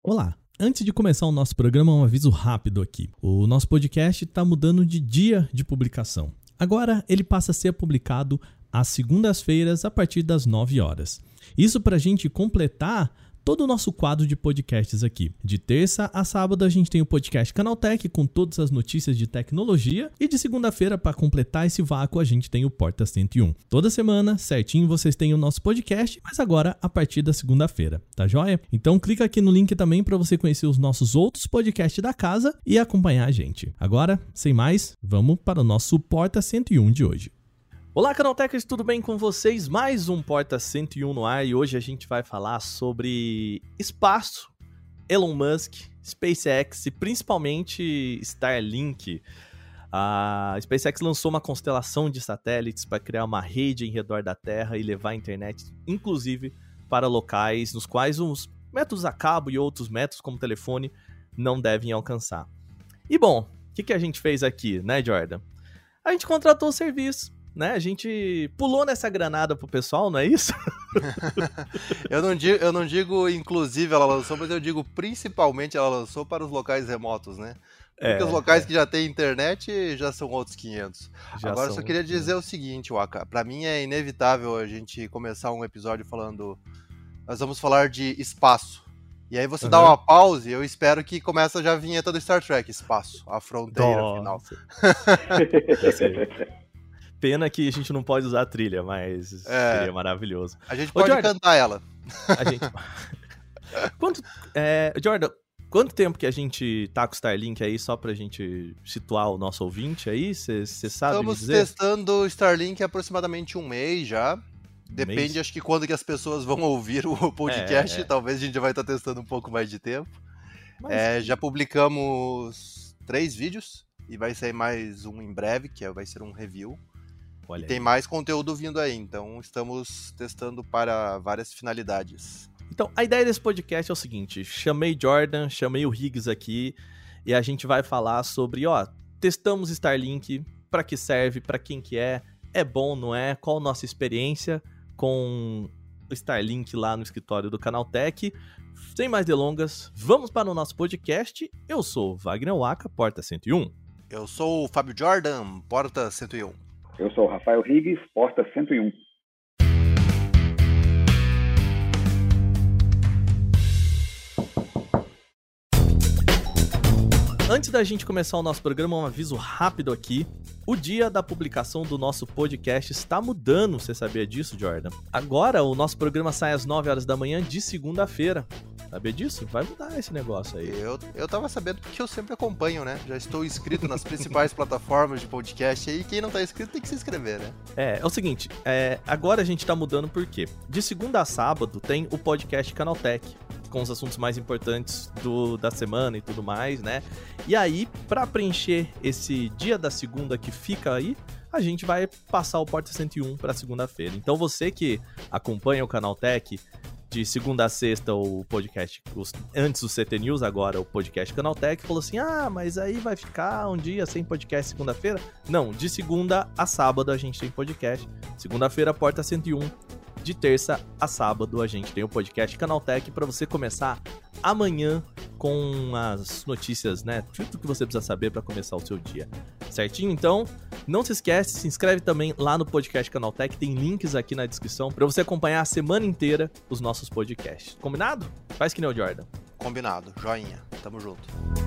Olá! Antes de começar o nosso programa, um aviso rápido aqui. O nosso podcast está mudando de dia de publicação. Agora ele passa a ser publicado às segundas-feiras a partir das 9 horas. Isso para a gente completar todo o nosso quadro de podcasts aqui. De terça a sábado a gente tem o podcast Canaltech com todas as notícias de tecnologia e de segunda-feira, para completar esse vácuo, a gente tem o Porta 101. Toda semana, certinho, vocês têm o nosso podcast, mas agora a partir da segunda-feira, tá joia? Então clica aqui no link também para você conhecer os nossos outros podcasts da casa e acompanhar a gente. Agora, sem mais, vamos para o nosso Porta 101 de hoje. Olá, Canaltechers, tudo bem com vocês? Mais um Porta 101 no ar e hoje a gente vai falar sobre espaço, Elon Musk, SpaceX e principalmente Starlink. A SpaceX lançou uma constelação de satélites para criar uma rede em redor da Terra e levar a internet, inclusive, para locais nos quais os métodos a cabo e outros métodos como telefone não devem alcançar. E bom, o que a gente fez aqui, né, Jordan? A gente contratou o serviço. Né? A gente pulou nessa granada pro pessoal, não é isso? Eu não digo inclusive ela lançou, mas eu digo principalmente ela lançou para os locais remotos, né? Porque os locais que já tem internet já são outros 500. Agora, só queria dizer o seguinte, Waka. Pra mim é inevitável a gente começar um episódio falando... Nós vamos falar de espaço. E aí você dá uma pausa e eu espero que comece já a vinheta do Star Trek, espaço, a fronteira final. Pena que a gente não pode usar a trilha, mas seria maravilhoso. A gente pode Jordan, cantar ela. Jordan, quanto tempo que a gente tá com o Starlink aí, só pra gente situar o nosso ouvinte aí? Você sabe Estamos dizer? testando o Starlink há aproximadamente um mês já. Depende, acho que quando que as pessoas vão ouvir o podcast. Talvez a gente já vai estar testando um pouco mais de tempo. Já publicamos 3 vídeos e vai sair mais um em breve, que vai ser um review. E tem mais conteúdo vindo aí, então estamos testando para várias finalidades. Então, a ideia desse podcast é o seguinte, chamei Jordan, chamei o Higgs aqui, e a gente vai falar sobre, testamos Starlink, para que serve, para quem que é bom, não é, qual a nossa experiência com o Starlink lá no escritório do Canaltech. Sem mais delongas, vamos para o nosso podcast. Eu sou o Wagner Waka, Porta 101. Eu sou o Fábio Jordan, Porta 101. Eu sou o Rafael Higgs, Porta 101. Antes da gente começar o nosso programa, um aviso rápido aqui. O dia da publicação do nosso podcast está mudando, você sabia disso, Jordan? Agora o nosso programa sai às 9 horas da manhã de segunda-feira. Sabia disso? Vai mudar esse negócio aí. Eu tava sabendo porque eu sempre acompanho, né? Já estou inscrito nas principais plataformas de podcast aí. Quem não tá inscrito tem que se inscrever, né? É o seguinte, agora a gente tá mudando por quê? De segunda a sábado tem o podcast Canaltech, com os assuntos mais importantes da semana e tudo mais, né? E aí, pra preencher esse dia da segunda que fica aí, a gente vai passar o Porta 101 pra segunda-feira. Então você que acompanha o Canaltech de segunda a sexta, o podcast, antes do CT News, agora o podcast Canaltech, falou assim, mas aí vai ficar um dia sem podcast segunda-feira? Não, de segunda a sábado a gente tem podcast. Segunda-feira, Porta 101. De terça a sábado a gente tem o podcast Canaltech para você começar amanhã com as notícias, né? Tudo que você precisa saber para começar o seu dia. Certinho? Então, não se esquece, se inscreve também lá no podcast Canaltech, tem links aqui na descrição para você acompanhar a semana inteira os nossos podcasts. Combinado? Faz que nem o Jordan. Combinado. Joinha. Tamo junto.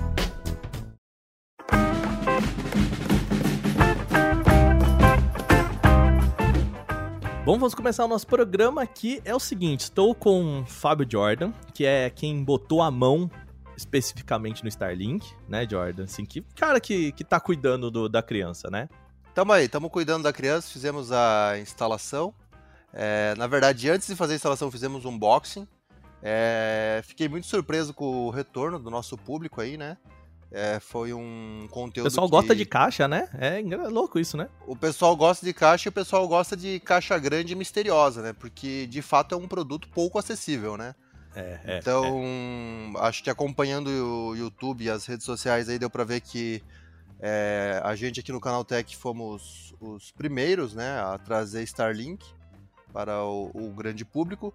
Bom, vamos começar o nosso programa aqui. É o seguinte, estou com o Fábio Jordan, que é quem botou a mão especificamente no Starlink, né, Jordan? Assim, que cara que tá cuidando da criança, né? Tamo cuidando da criança, fizemos a instalação. Na verdade, antes de fazer a instalação, fizemos um unboxing. Fiquei muito surpreso com o retorno do nosso público aí, né? Foi um conteúdo. O pessoal gosta de caixa, né? É louco isso, né? O pessoal gosta de caixa e o pessoal gosta de caixa grande e misteriosa, né? Porque de fato é um produto pouco acessível, né? Então, acho que acompanhando o YouTube e as redes sociais aí deu pra ver que a gente aqui no Canaltech fomos os primeiros, né, a trazer Starlink para o grande público.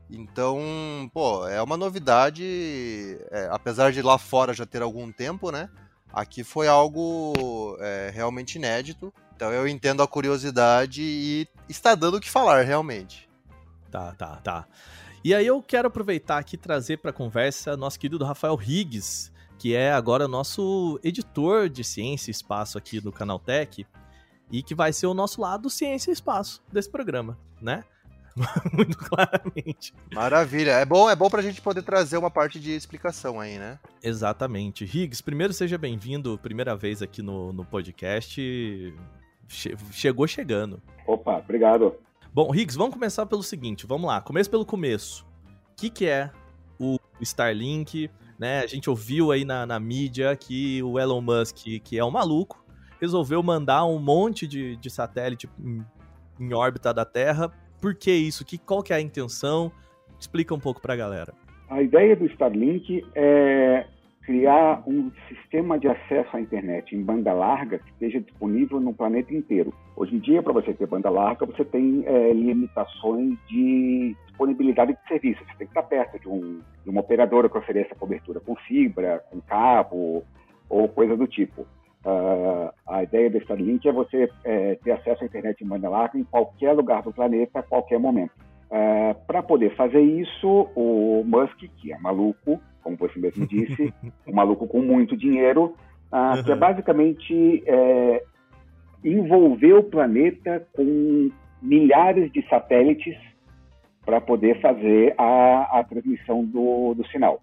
Então, pô, é uma novidade, apesar de lá fora já ter algum tempo, né? Aqui foi algo realmente inédito. Então eu entendo a curiosidade e está dando o que falar, realmente. Tá. E aí eu quero aproveitar aqui e trazer para a conversa nosso querido Rafael Higgs, que é agora nosso editor de Ciência e Espaço aqui do Canaltech, e que vai ser o nosso lado Ciência e Espaço desse programa, né? Muito claramente. Maravilha. É bom pra gente poder trazer uma parte de explicação aí, né? Exatamente. Higgs, primeiro seja bem-vindo, primeira vez aqui no podcast. Chegou chegando. Opa, obrigado. Bom, Higgs, vamos começar pelo seguinte, vamos lá, começa pelo começo. O que é o Starlink, né? A gente ouviu aí na mídia que o Elon Musk, que é um maluco, resolveu mandar um monte de satélite em órbita da Terra. Por que isso? Qual que é a intenção? Explica um pouco pra galera. A ideia do Starlink é criar um sistema de acesso à internet em banda larga que esteja disponível no planeta inteiro. Hoje em dia, para você ter banda larga, você tem limitações de disponibilidade de serviços. Você tem que estar perto de uma operadora que ofereça cobertura com fibra, com cabo ou coisa do tipo. A ideia do Starlink é você ter acesso à internet em banda larga em qualquer lugar do planeta, a qualquer momento. Para poder fazer isso, o Musk, que é maluco, como você mesmo disse, um maluco com muito dinheiro, quer basicamente envolver o planeta com milhares de satélites para poder fazer a transmissão do sinal.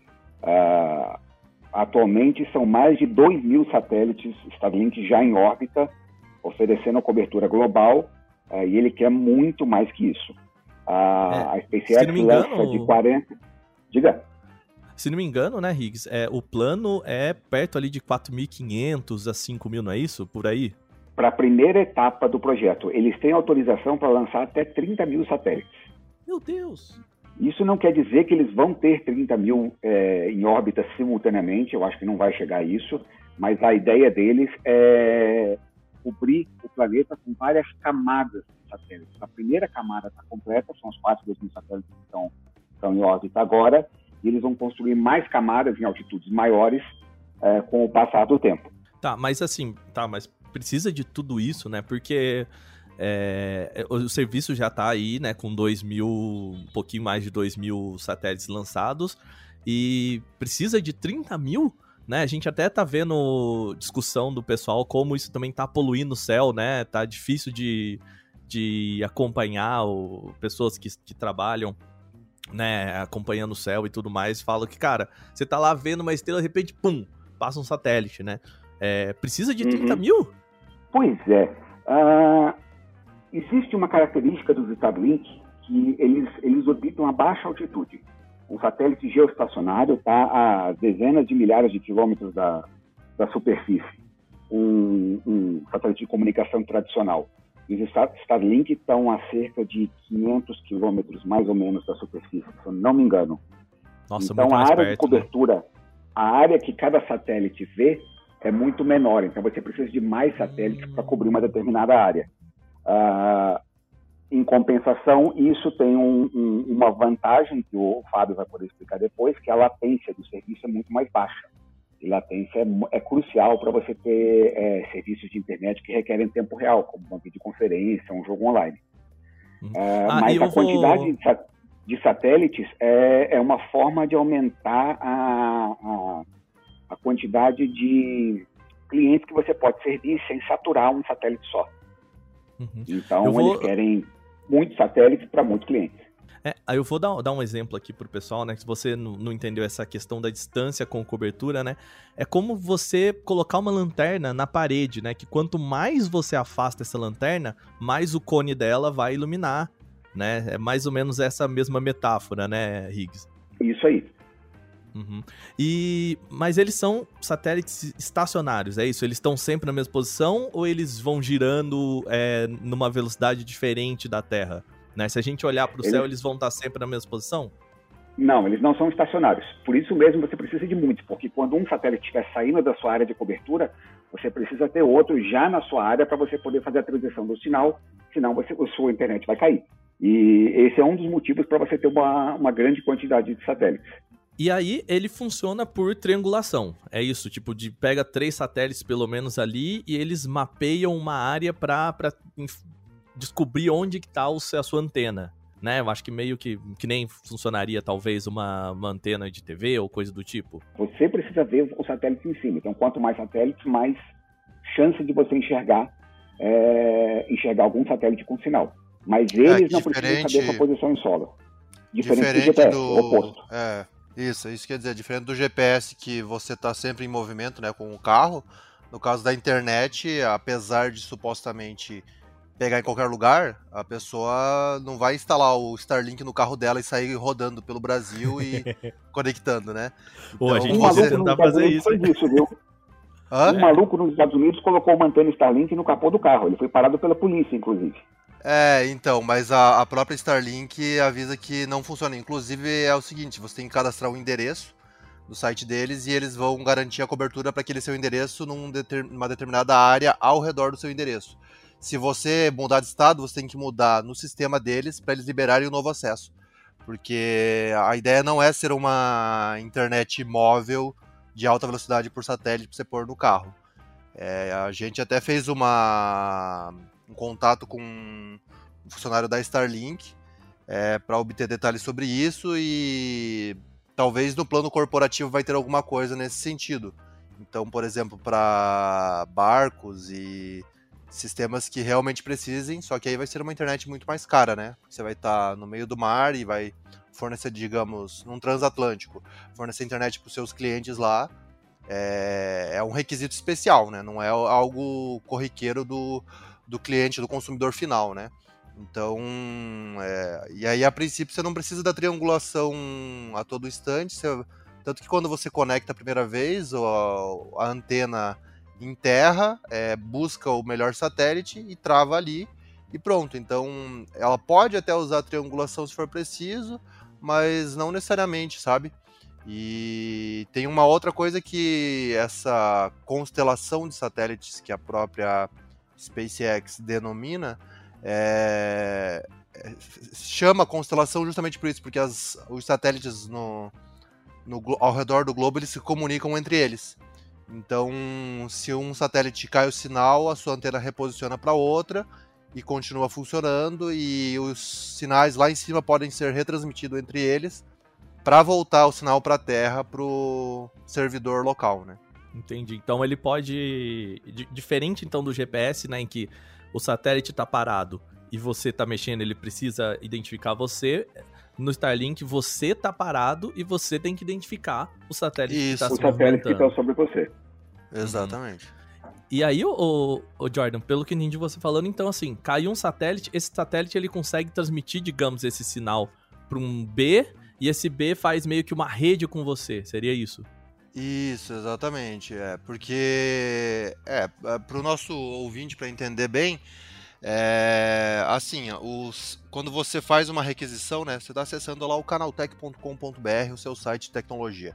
Atualmente são mais de 2.000 satélites Starlink já em órbita, oferecendo a cobertura global, e ele quer muito mais que isso. A SpaceX lança de 40... Diga. Se não me engano, né, Higgs, o plano é perto ali de 4.500 a 5.000, não é isso? Por aí? Para a primeira etapa do projeto. Eles têm autorização para lançar até 30.000 satélites. Meu Deus! Isso não quer dizer que eles vão ter 30.000 em órbita simultaneamente, eu acho que não vai chegar a isso, mas a ideia deles é cobrir o planeta com várias camadas de satélites. A primeira camada está completa, são os 2.000 satélites que estão em órbita agora, e eles vão construir mais camadas em altitudes maiores com o passar do tempo. Mas precisa de tudo isso, né? Porque o serviço já está aí, né? Com 2.000, um pouquinho mais de 2.000 satélites lançados, e precisa de 30.000, né? A gente até tá vendo discussão do pessoal como isso também tá poluindo o céu, né? Tá difícil de acompanhar pessoas que trabalham, né, acompanhando o céu e tudo mais, falam que, cara, você tá lá vendo uma estrela, de repente, pum, passa um satélite, né? Precisa de 30.000? Pois é. Existe uma característica dos Starlink que eles orbitam a baixa altitude. Um satélite geoestacionário está a dezenas de milhares de quilômetros da superfície. Um satélite de comunicação tradicional. Os Starlink estão a cerca de 500 quilômetros, mais ou menos, da superfície, se eu não me engano. Nossa, então, muito mais a área perto, de cobertura, né? A área que cada satélite vê é muito menor. Então, você precisa de mais satélites para cobrir uma determinada área. Em compensação, isso tem uma vantagem que o Fábio vai poder explicar depois, que a latência do serviço é muito mais baixa. E latência é crucial para você ter serviços de internet que requerem tempo real, como uma videoconferência, um jogo online. Mas a quantidade de satélites é uma forma de aumentar a quantidade de clientes que você pode servir sem saturar um satélite só. Então, eles querem muitos satélites para muitos clientes. Aí eu vou dar um exemplo aqui pro pessoal, né? Que se você não entendeu essa questão da distância com cobertura, né? É como você colocar uma lanterna na parede, né? Que quanto mais você afasta essa lanterna, mais o cone dela vai iluminar, né? É mais ou menos essa mesma metáfora, né, Higgs? Isso aí. Mas eles são satélites estacionários, é isso? Eles estão sempre na mesma posição ou eles vão girando numa velocidade diferente da Terra? Né? Se a gente olhar para o céu, eles vão estar sempre na mesma posição? Não, eles não são estacionários. Por isso mesmo você precisa de muitos, porque quando um satélite estiver saindo da sua área de cobertura, você precisa ter outro já na sua área para você poder fazer a transição do sinal, senão a sua internet vai cair. E esse é um dos motivos para você ter uma grande quantidade de satélites. E aí ele funciona por triangulação, é isso, tipo, pega 3 satélites pelo menos ali e eles mapeiam uma área para descobrir onde que tá a sua antena, né? Eu acho que meio que nem funcionaria talvez uma antena de TV ou coisa do tipo. Você precisa ver o satélite em cima, então quanto mais satélites, mais chance de você enxergar algum satélite com sinal. Mas eles não precisam saber a sua posição em solo. Diferente do GPS, oposto. Isso quer dizer, diferente do GPS que você está sempre em movimento, né, com o carro, no caso da internet, apesar de supostamente pegar em qualquer lugar, a pessoa não vai instalar o Starlink no carro dela e sair rodando pelo Brasil e conectando, né? Então, a gente pode tentar fazer isso. Viu? Um maluco nos Estados Unidos colocou uma antena Starlink no capô do carro, ele foi parado pela polícia, inclusive. Então, mas a própria Starlink avisa que não funciona. Inclusive é o seguinte, você tem que cadastrar um endereço no site deles e eles vão garantir a cobertura para aquele seu endereço numa determinada área ao redor do seu endereço. Se você mudar de estado, você tem que mudar no sistema deles para eles liberarem o novo acesso. Porque a ideia não é ser uma internet móvel de alta velocidade por satélite para você pôr no carro. A gente até fez um contato com um funcionário da Starlink para obter detalhes sobre isso e talvez no plano corporativo vai ter alguma coisa nesse sentido. Então, por exemplo, para barcos e sistemas que realmente precisem, só que aí vai ser uma internet muito mais cara, né? Você vai estar no meio do mar e vai fornecer, digamos, num transatlântico, fornecer internet para os seus clientes lá. É um requisito especial, né? Não é algo corriqueiro do cliente, do consumidor final, né? Então, e aí a princípio você não precisa da triangulação a todo instante, tanto que quando você conecta a primeira vez a antena em terra, busca o melhor satélite e trava ali e pronto. Então ela pode até usar a triangulação se for preciso, mas não necessariamente, sabe? E tem uma outra coisa que essa constelação de satélites que a própria SpaceX denomina, chama constelação justamente por isso, porque os satélites ao redor do globo eles se comunicam entre eles. Então, se um satélite cai o sinal, a sua antena reposiciona para outra e continua funcionando, e os sinais lá em cima podem ser retransmitidos entre eles para voltar o sinal para a Terra para o servidor local, né? Entendi. Então ele pode, diferente então do GPS, né, em que o satélite está parado e você está mexendo, ele precisa identificar você. No Starlink você está parado e você tem que identificar o satélite que está se movimentando. O satélite que está sobre você. Exatamente. E aí, o Jordan, pelo que entendi você falando, então assim, caiu um satélite, esse satélite ele consegue transmitir, digamos, esse sinal para um B, e esse B faz meio que uma rede com você, seria isso? Isso, exatamente. Porque para o nosso ouvinte, para entender bem, assim, quando você faz uma requisição, né, você está acessando lá o canaltech.com.br, o seu site de tecnologia.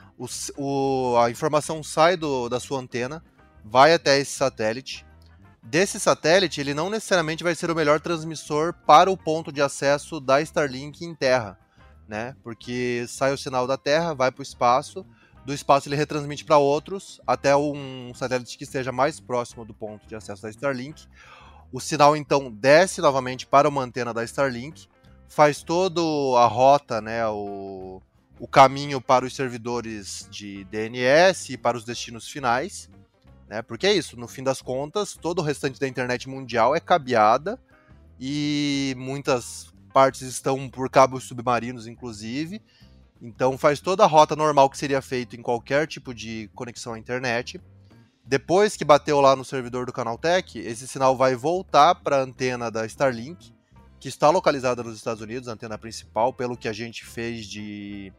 A informação sai da sua antena, vai até esse satélite. Desse satélite, ele não necessariamente vai ser o melhor transmissor para o ponto de acesso da Starlink em terra, né? Porque sai o sinal da Terra, vai para o espaço, do espaço ele retransmite para outros, até um satélite que esteja mais próximo do ponto de acesso da Starlink. O sinal, então, desce novamente para uma antena da Starlink, faz toda a rota, né, o caminho para os servidores de DNS e para os destinos finais, né, porque é isso, no fim das contas, todo o restante da internet mundial é cabeada e muitas partes estão por cabos submarinos, inclusive. Então faz toda a rota normal que seria feito em qualquer tipo de conexão à internet. Depois que bateu lá no servidor do Canaltech, esse sinal vai voltar para a antena da Starlink, que está localizada nos Estados Unidos, a antena principal, pelo que a gente fez de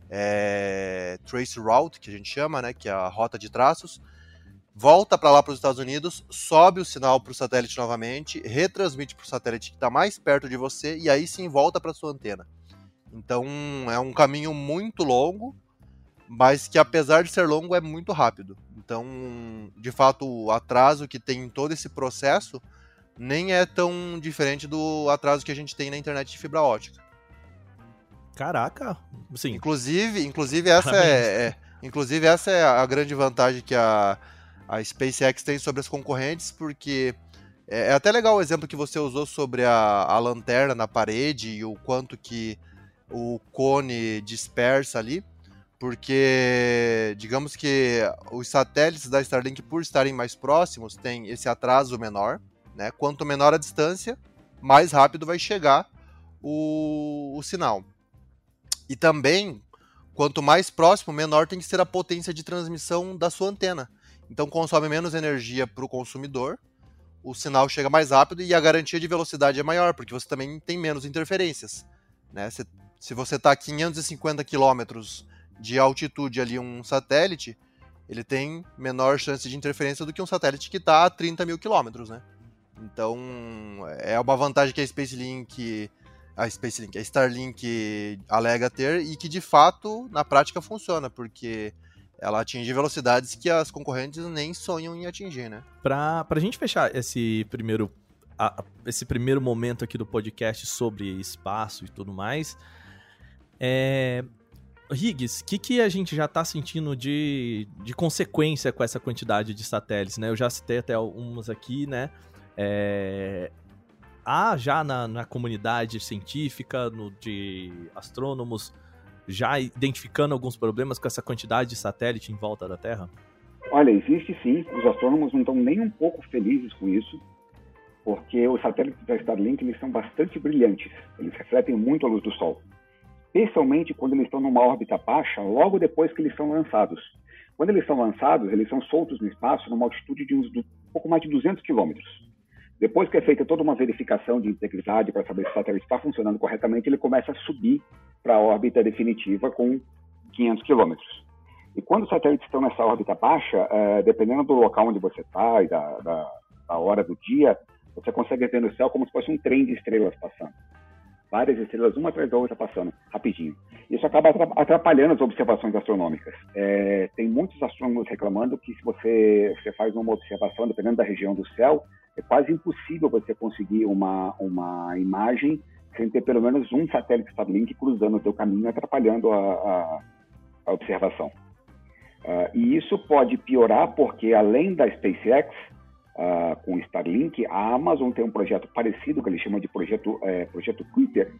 trace route, que a gente chama, né, que é a rota de traços. Volta para lá para os Estados Unidos, sobe o sinal para o satélite novamente, retransmite para o satélite que está mais perto de você e aí sim volta para sua antena. Então é um caminho muito longo, mas que apesar de ser longo é muito rápido. Então, de fato, o atraso que tem em todo esse processo nem é tão diferente do atraso que a gente tem na internet de fibra ótica. Caraca, sim. Inclusive essa é a grande vantagem que a SpaceX tem sobre as concorrentes, porque é até legal o exemplo que você usou sobre a lanterna na parede e o quanto que o cone dispersa ali, porque digamos que os satélites da Starlink, por estarem mais próximos, têm esse atraso menor, né? Quanto menor a distância, mais rápido vai chegar o sinal. E também, quanto mais próximo, menor tem que ser a potência de transmissão da sua antena. Então consome menos energia para o consumidor, o sinal chega mais rápido e a garantia de velocidade é maior, porque você também tem menos interferências, né? Se você está a 550 km de altitude ali, um satélite, ele tem menor chance de interferência do que um satélite que está a 30 mil quilômetros, né? Então, é uma vantagem que a Starlink alega ter e que, de fato, na prática funciona, porque ela atinge velocidades que as concorrentes nem sonham em atingir, né? Pra gente fechar esse primeiro momento aqui do podcast sobre espaço e tudo mais, Higgs, o que a gente já está sentindo de consequência com essa quantidade de satélites, né? Eu já citei até algumas aqui, né? Há já na comunidade científica, de astrônomos, já identificando alguns problemas com essa quantidade de satélite em volta da Terra? Olha, existe sim. Os astrônomos não estão nem um pouco felizes com isso, porque os satélites da Starlink eles são bastante brilhantes. Eles refletem muito a luz do Sol, especialmente quando eles estão numa órbita baixa, logo depois que eles são lançados. Quando eles são lançados, eles são soltos no espaço numa altitude de um pouco mais de 200 quilômetros. Depois que é feita toda uma verificação de integridade para saber se o satélite está funcionando corretamente, ele começa a subir para a órbita definitiva com 500 quilômetros. E quando os satélites estão nessa órbita baixa, dependendo do local onde você está e da hora do dia, você consegue ver no céu como se fosse um trem de estrelas passando. Várias estrelas, uma atrás da outra, passando rapidinho. Isso acaba atrapalhando as observações astronômicas. Tem muitos astrônomos reclamando que se você faz uma observação, dependendo da região do céu, é quase impossível você conseguir uma imagem sem ter pelo menos um satélite Starlink cruzando o teu caminho, atrapalhando a observação. E isso pode piorar porque, além da SpaceX, com o Starlink, a Amazon tem um projeto parecido, que eles chamam de projeto Kuiper,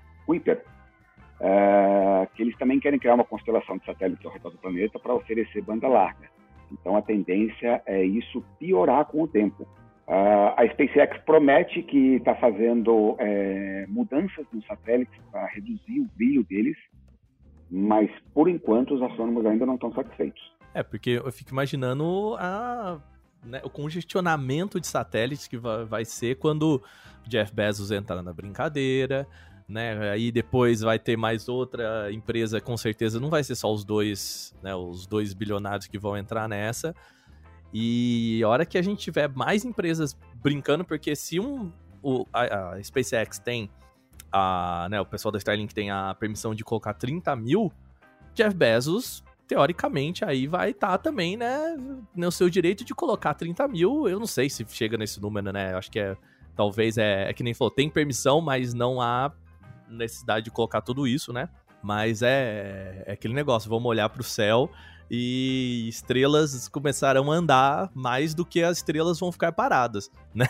que eles também querem criar uma constelação de satélites ao redor do planeta para oferecer banda larga. Então, a tendência é isso piorar com o tempo. A SpaceX promete que está fazendo mudanças nos satélites para reduzir o brilho deles, mas, por enquanto, os astrônomos ainda não estão satisfeitos. Porque eu fico imaginando o congestionamento de satélites que vai ser quando Jeff Bezos entrar na brincadeira, né? Aí depois vai ter mais outra empresa, com certeza não vai ser só os dois bilionários que vão entrar nessa. E a hora que a gente tiver mais empresas brincando, porque se a SpaceX tem, o pessoal da Starlink tem a permissão de colocar 30 mil, Jeff Bezos, teoricamente, aí vai estar também, né, no seu direito de colocar 30 mil. Eu não sei se chega nesse número, né, eu acho que talvez é que nem falou, tem permissão, mas não há necessidade de colocar tudo isso, né, mas é aquele negócio, vamos olhar para o céu e estrelas começarão a andar mais do que as estrelas vão ficar paradas, né?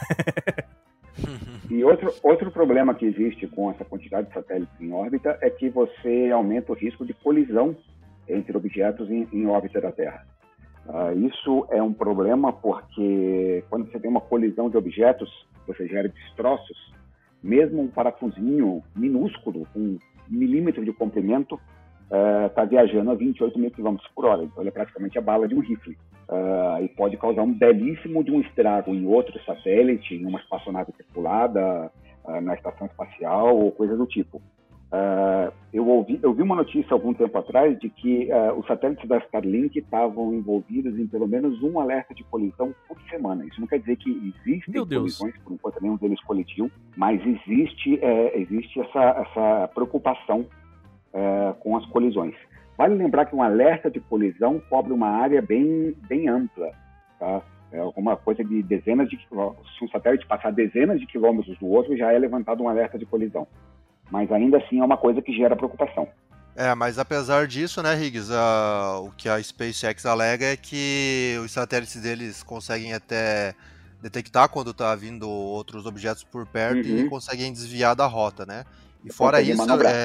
E outro problema que existe com essa quantidade de satélites em órbita é que você aumenta o risco de colisão entre objetos em órbita da Terra. Isso é um problema porque quando você tem uma colisão de objetos, você gera destroços. Mesmo um parafusinho minúsculo, com 1 milímetro de comprimento, está viajando a 28 mil km por hora. Então, ele é praticamente a bala de um rifle. E pode causar um belíssimo de um estrago em outro satélite, em uma espaçonave tripulada, na estação espacial ou coisa do tipo. Eu vi uma notícia algum tempo atrás de que os satélites da Starlink estavam envolvidos em pelo menos um alerta de colisão por semana. Isso não quer dizer que existem colisões, por enquanto nenhum deles colidiu, mas existe essa preocupação com as colisões. Vale lembrar que um alerta de colisão cobre uma área bem ampla, tá? É alguma coisa de dezenas de quilômetros. Se um satélite passar dezenas de quilômetros do outro, já é levantado um alerta de colisão. Mas ainda assim é uma coisa que gera preocupação. Mas apesar disso, né, Higgs, o que a SpaceX alega é que os satélites deles conseguem até detectar quando está vindo outros objetos por perto e conseguem desviar da rota, né? E fora isso,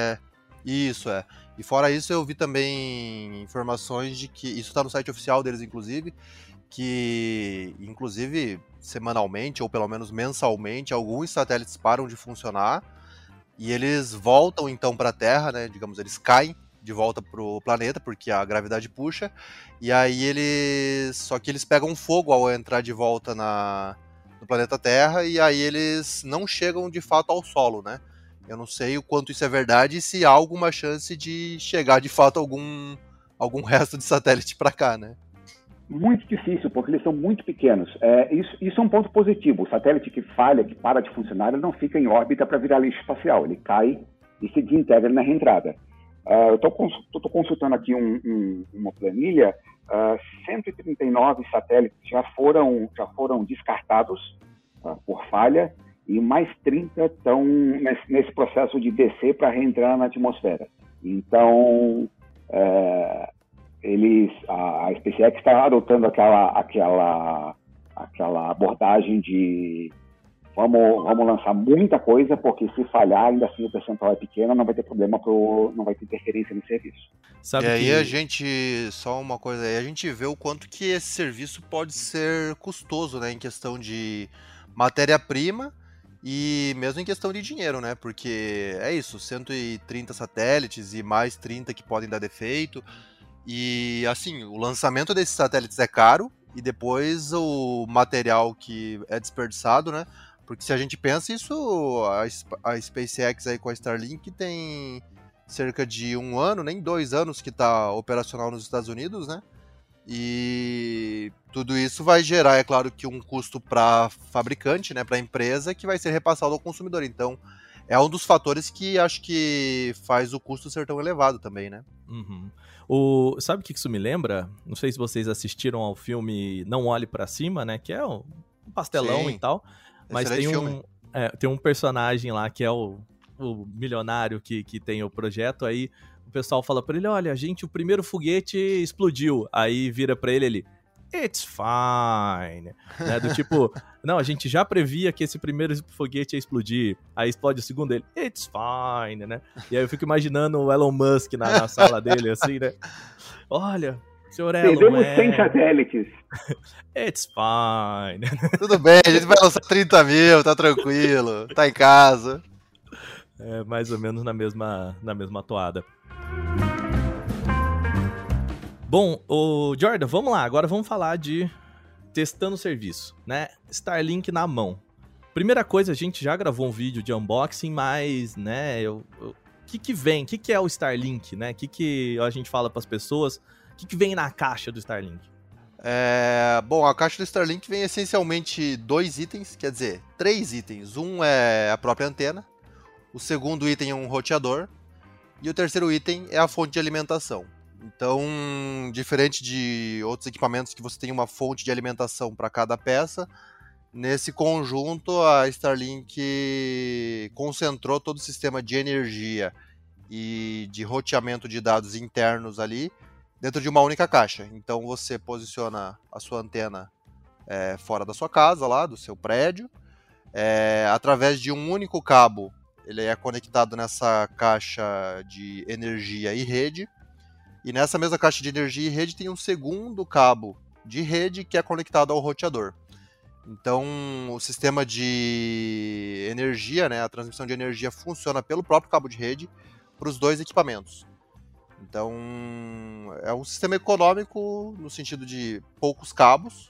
E fora isso, eu vi também informações de que isso está no site oficial deles, inclusive, que inclusive semanalmente ou pelo menos mensalmente alguns satélites param de funcionar e eles voltam então para a Terra, né? Digamos, eles caem de volta pro planeta porque a gravidade puxa, e aí só que eles pegam fogo ao entrar de volta no planeta Terra, e aí eles não chegam de fato ao solo, né? Eu não sei o quanto isso é verdade e se há alguma chance de chegar de fato algum resto de satélite para cá, né? Muito difícil, porque eles são muito pequenos. Isso é um ponto positivo. O satélite que falha, que para de funcionar, ele não fica em órbita para virar lixo espacial. Ele cai e se desintegra na reentrada. Eu estou consultando aqui uma planilha. 139 satélites já foram descartados por falha, e mais 30 estão nesse processo de descer para reentrar na atmosfera. Então, a SpaceX está adotando aquela abordagem de vamos lançar muita coisa, porque se falhar, ainda assim o percentual é pequeno, não vai ter problema, não vai ter interferência no serviço. Sabe, e aí só uma coisa aí, a gente vê o quanto que esse serviço pode ser custoso, né, em questão de matéria-prima e mesmo em questão de dinheiro, né, porque é isso, 130 satélites e mais 30 que podem dar defeito. E assim, o lançamento desses satélites é caro e depois o material que é desperdiçado, né? Porque se a gente pensa isso, a SpaceX aí com a Starlink tem cerca de 1 ano, nem 2 anos que está operacional nos Estados Unidos, né? E tudo isso vai gerar, é claro, que um custo para fabricante, né? Para a empresa, que vai ser repassado ao consumidor. Então, é um dos fatores que acho que faz o custo ser tão elevado também, né? Sabe o que isso me lembra? Não sei se vocês assistiram ao filme Não Olhe Pra Cima, né? Que é um pastelão. Sim, e tal. Mas tem um personagem lá que é o milionário que tem o projeto. Aí o pessoal fala pra ele, olha, o primeiro foguete explodiu. Aí vira pra ele, it's fine, né? Do tipo, não, a gente já previa que esse primeiro foguete ia explodir, aí explode o segundo dele, it's fine, né? E aí eu fico imaginando o Elon Musk na sala dele, assim, né? Olha, senhor Elon, perdemos 100 satélites. It's fine. Tudo bem, a gente vai lançar 30 mil, tá tranquilo, tá em casa. É mais ou menos na mesma toada. Bom, Jordan, vamos lá. Agora vamos falar de testando o serviço, né? Starlink na mão. Primeira coisa, a gente já gravou um vídeo de unboxing, mas, né, o que vem? O que é o Starlink, né? O que a gente fala para as pessoas? O que vem na caixa do Starlink? Bom, a caixa do Starlink vem essencialmente 2 itens, quer dizer, 3 itens. Um é a própria antena, o segundo item é um roteador e o terceiro item é a fonte de alimentação. Então, diferente de outros equipamentos que você tem uma fonte de alimentação para cada peça, nesse conjunto a Starlink concentrou todo o sistema de energia e de roteamento de dados internos ali dentro de uma única caixa. Então você posiciona a sua antena fora da sua casa, lá do seu prédio, através de um único cabo. Ele é conectado nessa caixa de energia e rede. E nessa mesma caixa de energia e rede tem um segundo cabo de rede que é conectado ao roteador. Então, o sistema de energia, né, a transmissão de energia funciona pelo próprio cabo de rede para os 2 equipamentos. Então, é um sistema econômico no sentido de poucos cabos.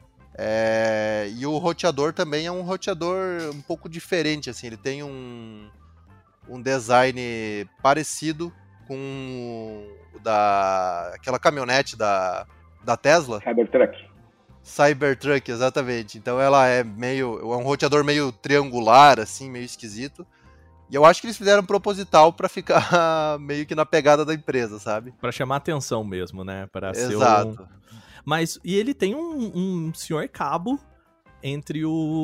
E o roteador também é um roteador um pouco diferente, assim, ele tem um design parecido com aquela caminhonete da Tesla. Cybertruck, exatamente. Então ela é um roteador meio triangular, assim, meio esquisito. E eu acho que eles fizeram proposital para ficar meio que na pegada da empresa, sabe? Para chamar atenção mesmo, né? Para ser Exato. Mas, e ele tem um senhor cabo entre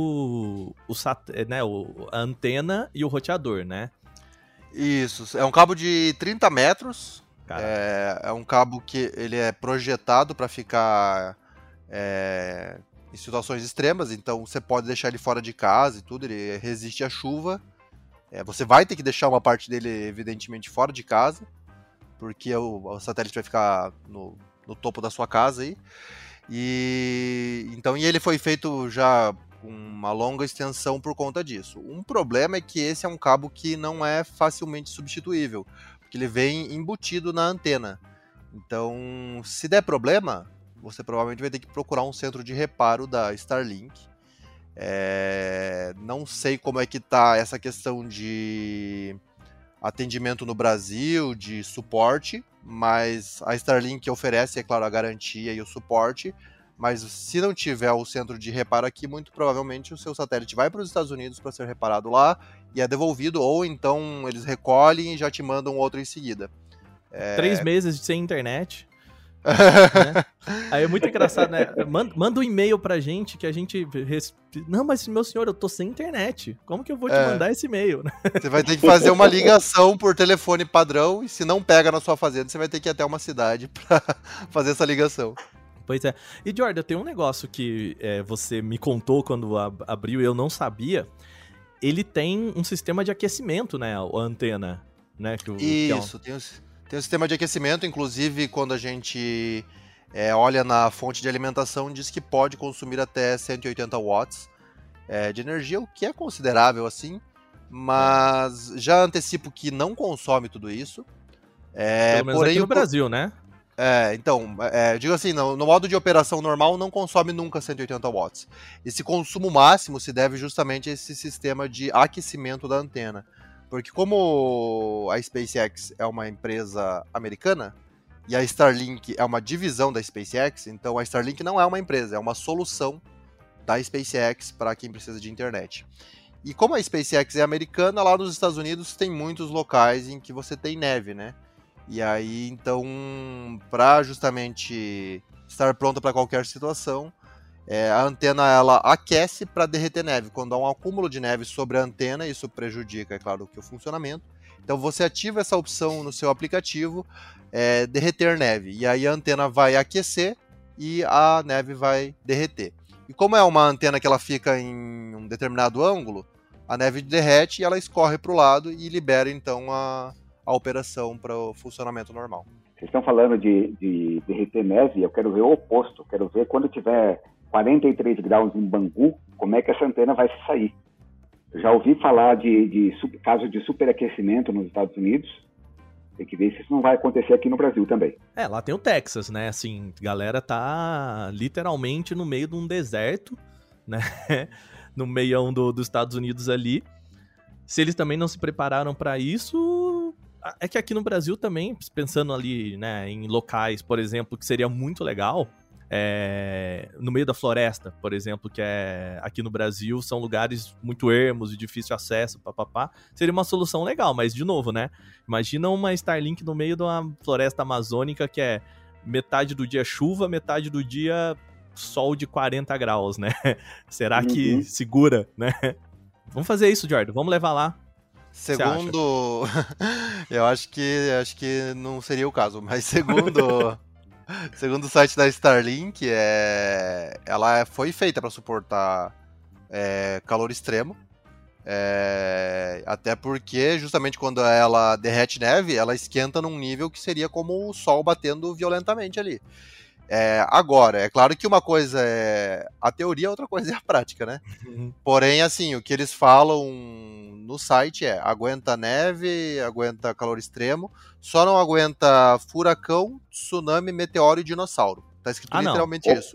a antena e o roteador, né? Isso, é um cabo de 30 metros, é um cabo que ele é projetado para ficar em situações extremas, então você pode deixar ele fora de casa e tudo, ele resiste à chuva. Você vai ter que deixar uma parte dele, evidentemente, fora de casa, porque o satélite vai ficar no topo da sua casa aí. E ele foi feito já com uma longa extensão por conta disso. Um problema é que esse é um cabo que não é facilmente substituível, porque ele vem embutido na antena. Então, se der problema, você provavelmente vai ter que procurar um centro de reparo da Starlink. Não sei como é que tá essa questão de atendimento no Brasil, de suporte, mas a Starlink oferece, é claro, a garantia e o suporte, mas se não tiver o centro de reparo aqui, muito provavelmente o seu satélite vai para os Estados Unidos para ser reparado lá e é devolvido, ou então eles recolhem e já te mandam outro em seguida. 3 meses sem internet. Né? Aí é muito engraçado, né? Manda um e-mail pra gente que a gente... Não, mas meu senhor, eu tô sem internet. Como que eu vou te mandar esse e-mail? Você vai ter que fazer uma ligação por telefone padrão e se não pega na sua fazenda, você vai ter que ir até uma cidade pra fazer essa ligação. Pois é. E, Jordan, tem um negócio que você me contou quando abriu e eu não sabia. Ele tem um sistema de aquecimento, né? A antena, né? Isso, tem um sistema de aquecimento, inclusive quando a gente olha na fonte de alimentação, diz que pode consumir até 180 watts de energia, o que é considerável assim, mas já antecipo que não consome tudo isso. Pelo menos porém, aqui no Brasil, né? Digo assim, no modo de operação normal não consome nunca 180 watts. Esse consumo máximo se deve justamente a esse sistema de aquecimento da antena. Porque como a SpaceX é uma empresa americana e a Starlink é uma divisão da SpaceX, então a Starlink não é uma empresa, é uma solução da SpaceX para quem precisa de internet. E como a SpaceX é americana, lá nos Estados Unidos tem muitos locais em que você tem neve, né? E aí, então, para justamente estar pronta para qualquer situação, a antena ela aquece para derreter neve. Quando há um acúmulo de neve sobre a antena, isso prejudica, é claro, o funcionamento. Então você ativa essa opção no seu aplicativo, derreter neve. E aí a antena vai aquecer e a neve vai derreter. E como é uma antena que ela fica em um determinado ângulo, a neve derrete e ela escorre para o lado e libera então a operação para o funcionamento normal. Vocês estão falando de derreter neve, eu quero ver o oposto. Quero ver quando tiver 43 graus em Bangu, como é que essa antena vai se sair. Eu já ouvi falar de casos de superaquecimento nos Estados Unidos. Tem que ver se isso não vai acontecer aqui no Brasil também. Lá tem o Texas, né? Assim, a galera tá literalmente no meio de um deserto, né? No meião dos Estados Unidos ali. Se eles também não se prepararam para isso... É que aqui no Brasil também, pensando ali, né, em locais, por exemplo, que seria muito legal... no meio da floresta, por exemplo, que aqui no Brasil são lugares muito ermos e difícil acesso, seria uma solução legal, mas de novo, né? Imagina uma Starlink no meio de uma floresta amazônica que é metade do dia chuva, metade do dia sol de 40 graus, né? Será que segura, né? Vamos fazer isso, Jordan, vamos levar lá. Segundo, eu acho que não seria o caso, mas segundo o site da Starlink, ela foi feita para suportar calor extremo, até porque justamente quando ela derrete neve, ela esquenta num nível que seria como o sol batendo violentamente ali. Agora, é claro que uma coisa é a teoria, outra coisa é a prática, né? Porém, assim, o que eles falam no site aguenta neve, aguenta calor extremo, só não aguenta furacão, tsunami, meteoro e dinossauro. Tá escrito literalmente isso.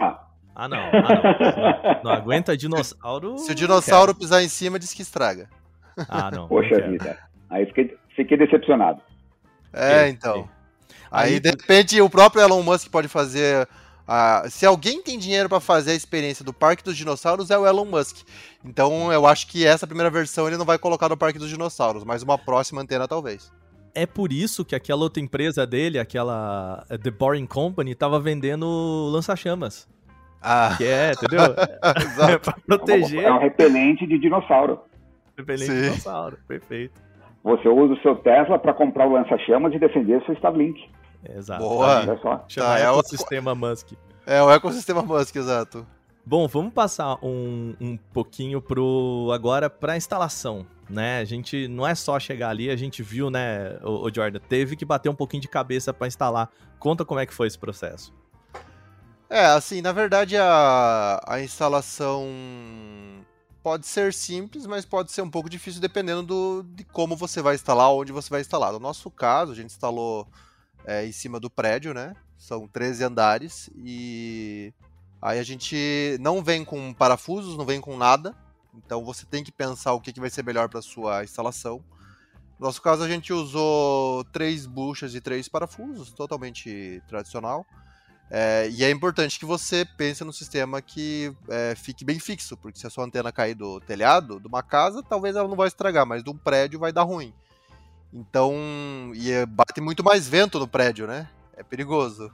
Não aguenta dinossauro. Se o dinossauro pisar em cima, diz que estraga. Não. Poxa vida. Aí fiquei decepcionado. Então. Aí, de repente, o próprio Elon Musk pode fazer Se alguém tem dinheiro para fazer a experiência do Parque dos Dinossauros, é o Elon Musk. Então eu acho que essa primeira versão ele não vai colocar no Parque dos Dinossauros, mas uma próxima antena talvez. É por isso que aquela outra empresa dele, aquela The Boring Company, tava vendendo lança-chamas. Que entendeu? Exato. Pra proteger. É um repelente de dinossauro. Repelente de dinossauro, perfeito. Você usa o seu Tesla para comprar o lança-chamas e defender o seu Starlink. Exato. Boa. Olha só. Chama ecossistema Musk. É o ecossistema Musk, exato. Bom, vamos passar um pouquinho agora para instalação, né? A gente não é só chegar ali, a gente viu, né, o Jordan, teve que bater um pouquinho de cabeça para instalar. Conta como é que foi esse processo. Assim, na verdade a instalação pode ser simples, mas pode ser um pouco difícil dependendo de como você vai instalar, onde você vai instalar. No nosso caso, a gente instalou em cima do prédio, né? São 13 andares e aí a gente não vem com parafusos, não vem com nada, então você tem que pensar o que vai ser melhor para sua instalação. No nosso caso, a gente usou 3 buchas e 3 parafusos, totalmente tradicional. E é importante que você pense no sistema que fique bem fixo, porque se a sua antena cair do telhado de uma casa, talvez ela não vai estragar, mas de um prédio vai dar ruim. Então, bate muito mais vento no prédio, né? É perigoso.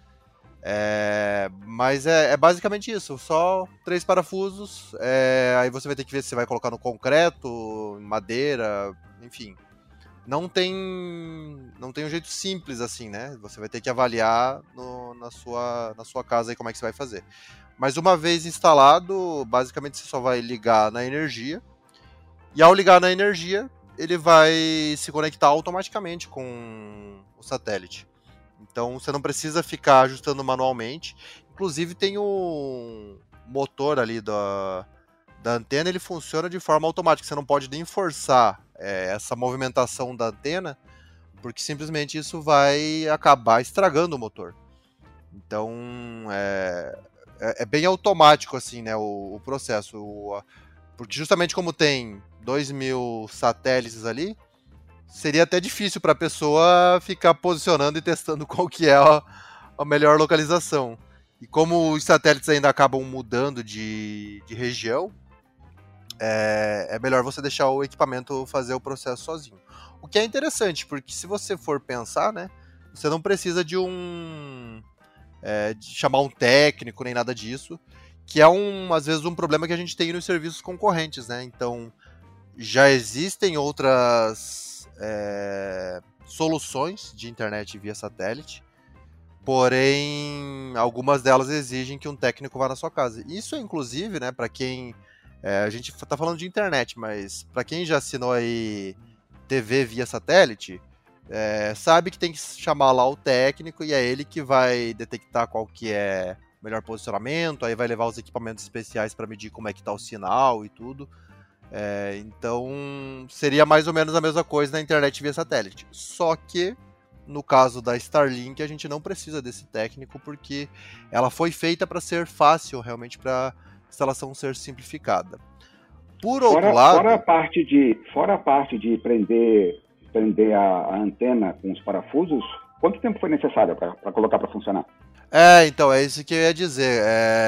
Mas é basicamente isso, só 3 parafusos, aí você vai ter que ver se você vai colocar no concreto, madeira, enfim. Não tem um jeito simples assim, né? Você vai ter que avaliar na sua casa aí como é que você vai fazer. Mas uma vez instalado, basicamente você só vai ligar na energia. E ao ligar na energia, ele vai se conectar automaticamente com o satélite. Então você não precisa ficar ajustando manualmente. Inclusive tem o motor ali da antena, ele funciona de forma automática. Você não pode nem forçar essa movimentação da antena, porque simplesmente isso vai acabar estragando o motor. Então é bem automático assim, né, o processo. Porque justamente como tem 2.000 satélites ali, seria até difícil para a pessoa ficar posicionando e testando qual que é a melhor localização. E como os satélites ainda acabam mudando de região, é melhor você deixar o equipamento fazer o processo sozinho. O que é interessante, porque se você for pensar, né, você não precisa de chamar um técnico nem nada disso, que é às vezes um problema que a gente tem nos serviços concorrentes, né? Então já existem outras soluções de internet via satélite, porém algumas delas exigem que um técnico vá na sua casa. Isso é inclusive, né, para quem a gente está falando de internet, mas para quem já assinou aí TV via satélite, sabe que tem que chamar lá o técnico e é ele que vai detectar qual que é o melhor posicionamento, aí vai levar os equipamentos especiais para medir como é que está o sinal e tudo. Então seria mais ou menos a mesma coisa na internet via satélite. Só que no caso da Starlink a gente não precisa desse técnico porque ela foi feita para ser fácil, realmente para instalação ser simplificada. Por outro lado, fora a parte de prender a antena com os parafusos, quanto tempo foi necessário para colocar para funcionar? Então é isso que eu ia dizer.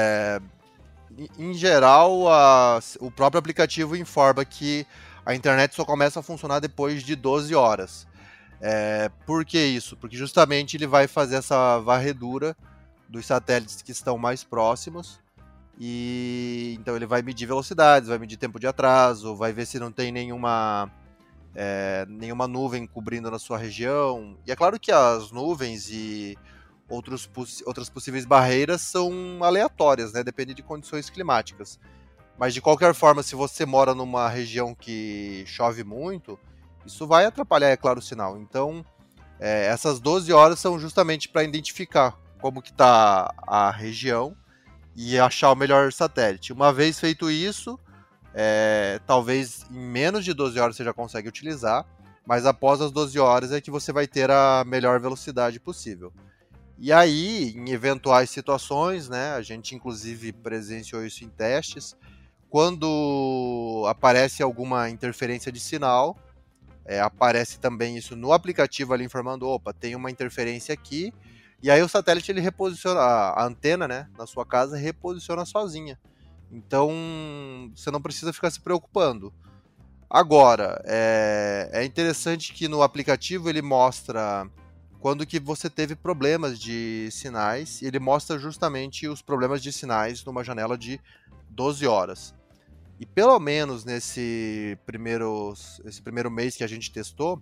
Em geral, o próprio aplicativo informa que a internet só começa a funcionar depois de 12 horas. Por que isso? Porque justamente ele vai fazer essa varredura dos satélites que estão mais próximos. E então ele vai medir velocidades, vai medir tempo de atraso, vai ver se não tem nenhuma nuvem cobrindo na sua região. E é claro que as nuvens e outras possíveis barreiras são aleatórias, né? Depende de condições climáticas. Mas de qualquer forma, se você mora numa região que chove muito, isso vai atrapalhar, é claro, o sinal. Então, essas 12 horas são justamente para identificar como que está a região e achar o melhor satélite. Uma vez feito isso, talvez em menos de 12 horas você já consegue utilizar, mas após as 12 horas é que você vai ter a melhor velocidade possível. E aí, em eventuais situações, né, a gente inclusive presenciou isso em testes, quando aparece alguma interferência de sinal, aparece também isso no aplicativo ali informando, opa, tem uma interferência aqui, E aí o satélite ele reposiciona, a antena, né, na sua casa reposiciona sozinha. Então você não precisa ficar se preocupando. Agora, é interessante que no aplicativo ele mostra quando que você teve problemas de sinais, e ele mostra justamente os problemas de sinais numa janela de 12 horas. E pelo menos esse primeiro mês que a gente testou,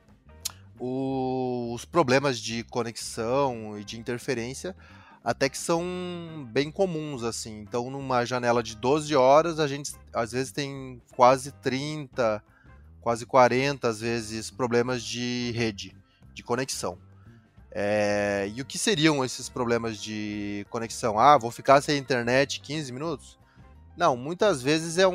os problemas de conexão e de interferência até que são bem comuns, assim. Então, numa janela de 12 horas, a gente às vezes tem quase 30, quase 40, às vezes, problemas de rede, de conexão. E o que seriam esses problemas de conexão? Vou ficar sem internet 15 minutos? Não, muitas vezes é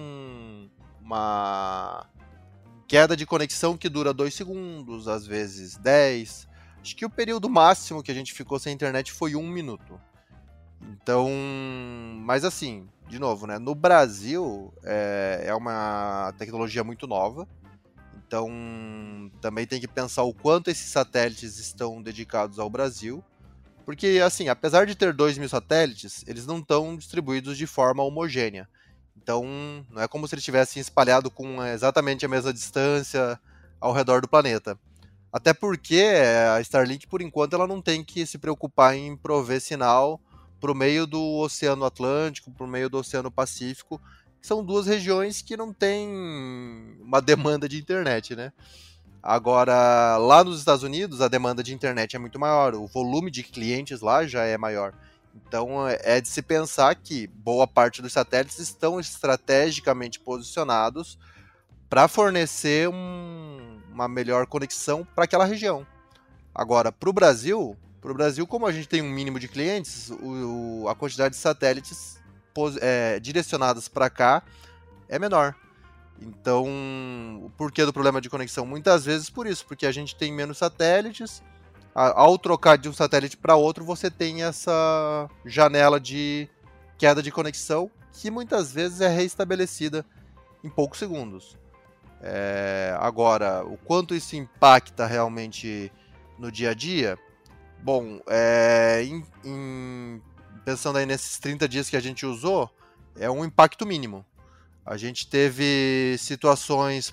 uma queda de conexão que dura 2 segundos, às vezes 10. Acho que o período máximo que a gente ficou sem internet foi 1 minuto. Então, mas assim, de novo, né? No Brasil é uma tecnologia muito nova. Então, também tem que pensar o quanto esses satélites estão dedicados ao Brasil. Porque, assim, apesar de ter 2.000 satélites, eles não estão distribuídos de forma homogênea. Então, não é como se eles estivessem espalhados com exatamente a mesma distância ao redor do planeta. Até porque a Starlink, por enquanto, ela não tem que se preocupar em prover sinal para o meio do Oceano Atlântico, para o meio do Oceano Pacífico, que são duas regiões que não têm uma demanda de internet, né? Agora, lá nos Estados Unidos, a demanda de internet é muito maior, o volume de clientes lá já é maior. Então, é de se pensar que boa parte dos satélites estão estrategicamente posicionados para fornecer uma melhor conexão para aquela região. Agora, para o Brasil, como a gente tem um mínimo de clientes, a quantidade de satélites direcionados para cá é menor. Então, o porquê do problema de conexão? Muitas vezes por isso, porque a gente tem menos satélites. Ao trocar de um satélite para outro, você tem essa janela de queda de conexão que muitas vezes é reestabelecida em poucos segundos. Agora, o quanto isso impacta realmente no dia a dia? Bom, pensando aí nesses 30 dias que a gente usou, é um impacto mínimo. A gente teve situações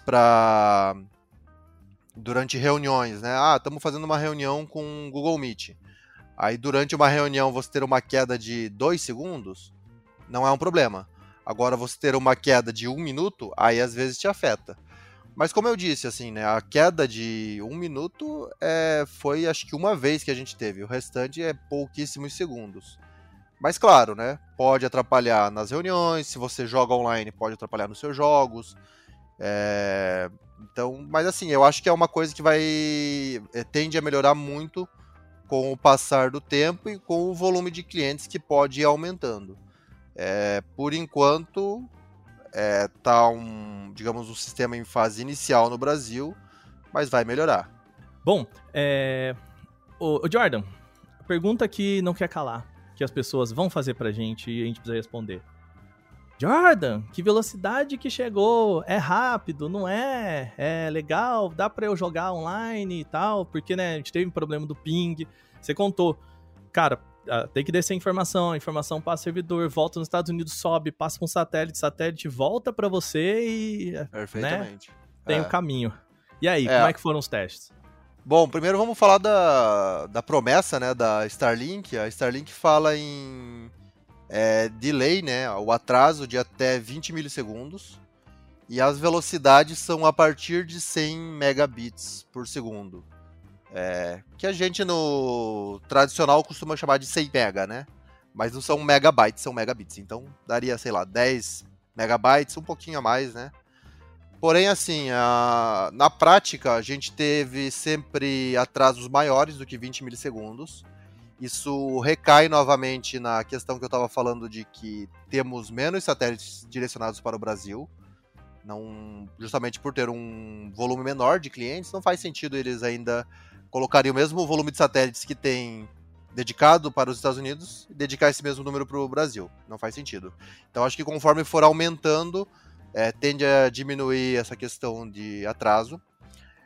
durante reuniões, né? Estamos fazendo uma reunião com o Google Meet. Aí durante uma reunião você ter uma queda de 2 segundos, não é um problema. Agora você ter uma queda de 1 minuto, aí às vezes te afeta. Mas como eu disse, assim, né, a queda de 1 minuto foi acho que uma vez que a gente teve, o restante é pouquíssimos segundos. Mas claro, né, pode atrapalhar nas reuniões, se você joga online pode atrapalhar nos seus jogos. Então, mas assim, eu acho que é uma coisa que tende a melhorar muito com o passar do tempo e com o volume de clientes que pode ir aumentando. Por enquanto, tá digamos, um sistema em fase inicial no Brasil, mas vai melhorar. Bom, o Jordan, pergunta que não quer calar, que as pessoas vão fazer pra gente e a gente precisa responder. Jordan, que velocidade que chegou? É rápido, não é? É legal? Dá pra eu jogar online e tal? Porque, né, a gente teve um problema do ping. Você contou. Cara, tem que descer a informação passa o servidor, volta nos Estados Unidos, sobe, passa com satélite volta pra você e... Perfeitamente. Né, tem o caminho. E aí, como é que foram os testes? Bom, primeiro vamos falar da promessa, né, da Starlink. A Starlink fala em delay, né, o atraso de até 20 milissegundos, e as velocidades são a partir de 100 megabits por segundo, que a gente no tradicional costuma chamar de 100 mega, né, mas não são megabytes, são megabits, então daria, sei lá, 10 megabytes, um pouquinho a mais, né. Porém, assim, na prática, a gente teve sempre atrasos maiores do que 20 milissegundos. Isso recai novamente na questão que eu estava falando de que temos menos satélites direcionados para o Brasil. Justamente por ter um volume menor de clientes, não faz sentido eles ainda colocarem o mesmo volume de satélites que tem dedicado para os Estados Unidos e dedicar esse mesmo número para o Brasil. Não faz sentido. Então, acho que conforme for aumentando... tende a diminuir essa questão de atraso.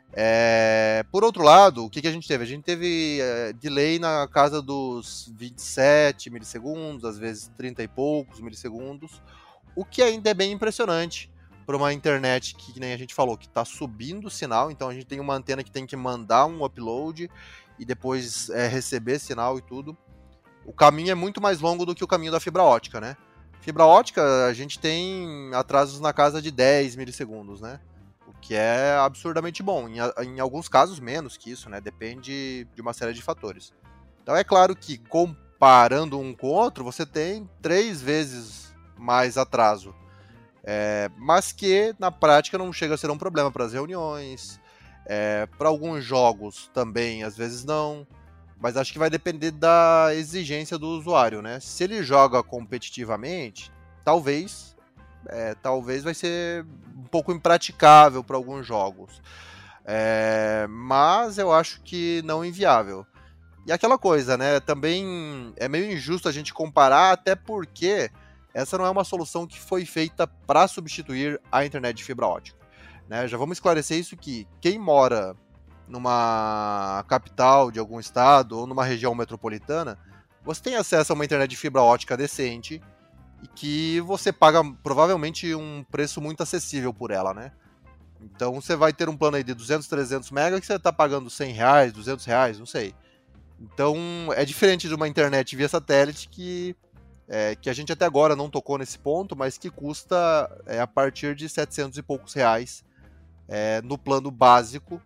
Por outro lado, o que a gente teve? A gente teve delay na casa dos 27 milissegundos, às vezes 30 e poucos milissegundos, o que ainda é bem impressionante para uma internet que nem a gente falou, que está subindo o sinal, então a gente tem uma antena que tem que mandar um upload e depois receber sinal e tudo. O caminho é muito mais longo do que o caminho da fibra ótica, né? Fibra ótica, a gente tem atrasos na casa de 10 milissegundos, né? O que é absurdamente bom. Em alguns casos, menos que isso, né? Depende de uma série de fatores. Então é claro que, comparando um com o outro, você tem 3 vezes mais atraso. Mas que, na prática, não chega a ser um problema para as reuniões. Para alguns jogos também, às vezes não. Mas acho que vai depender da exigência do usuário, né? Se ele joga competitivamente, talvez vai ser um pouco impraticável para alguns jogos. Mas eu acho que não inviável. E aquela coisa, né? Também é meio injusto a gente comparar, até porque essa não é uma solução que foi feita para substituir a internet de fibra ótica, né? Já vamos esclarecer isso, que quem mora numa capital de algum estado ou numa região metropolitana, você tem acesso a uma internet de fibra ótica decente e que você paga provavelmente um preço muito acessível por ela, né? Então você vai ter um plano aí de 200, 300 MB que você está pagando R$100, R$200, não sei. Então é diferente de uma internet via satélite que a gente até agora não tocou nesse ponto, mas que custa a partir de 700 e poucos reais no plano básico,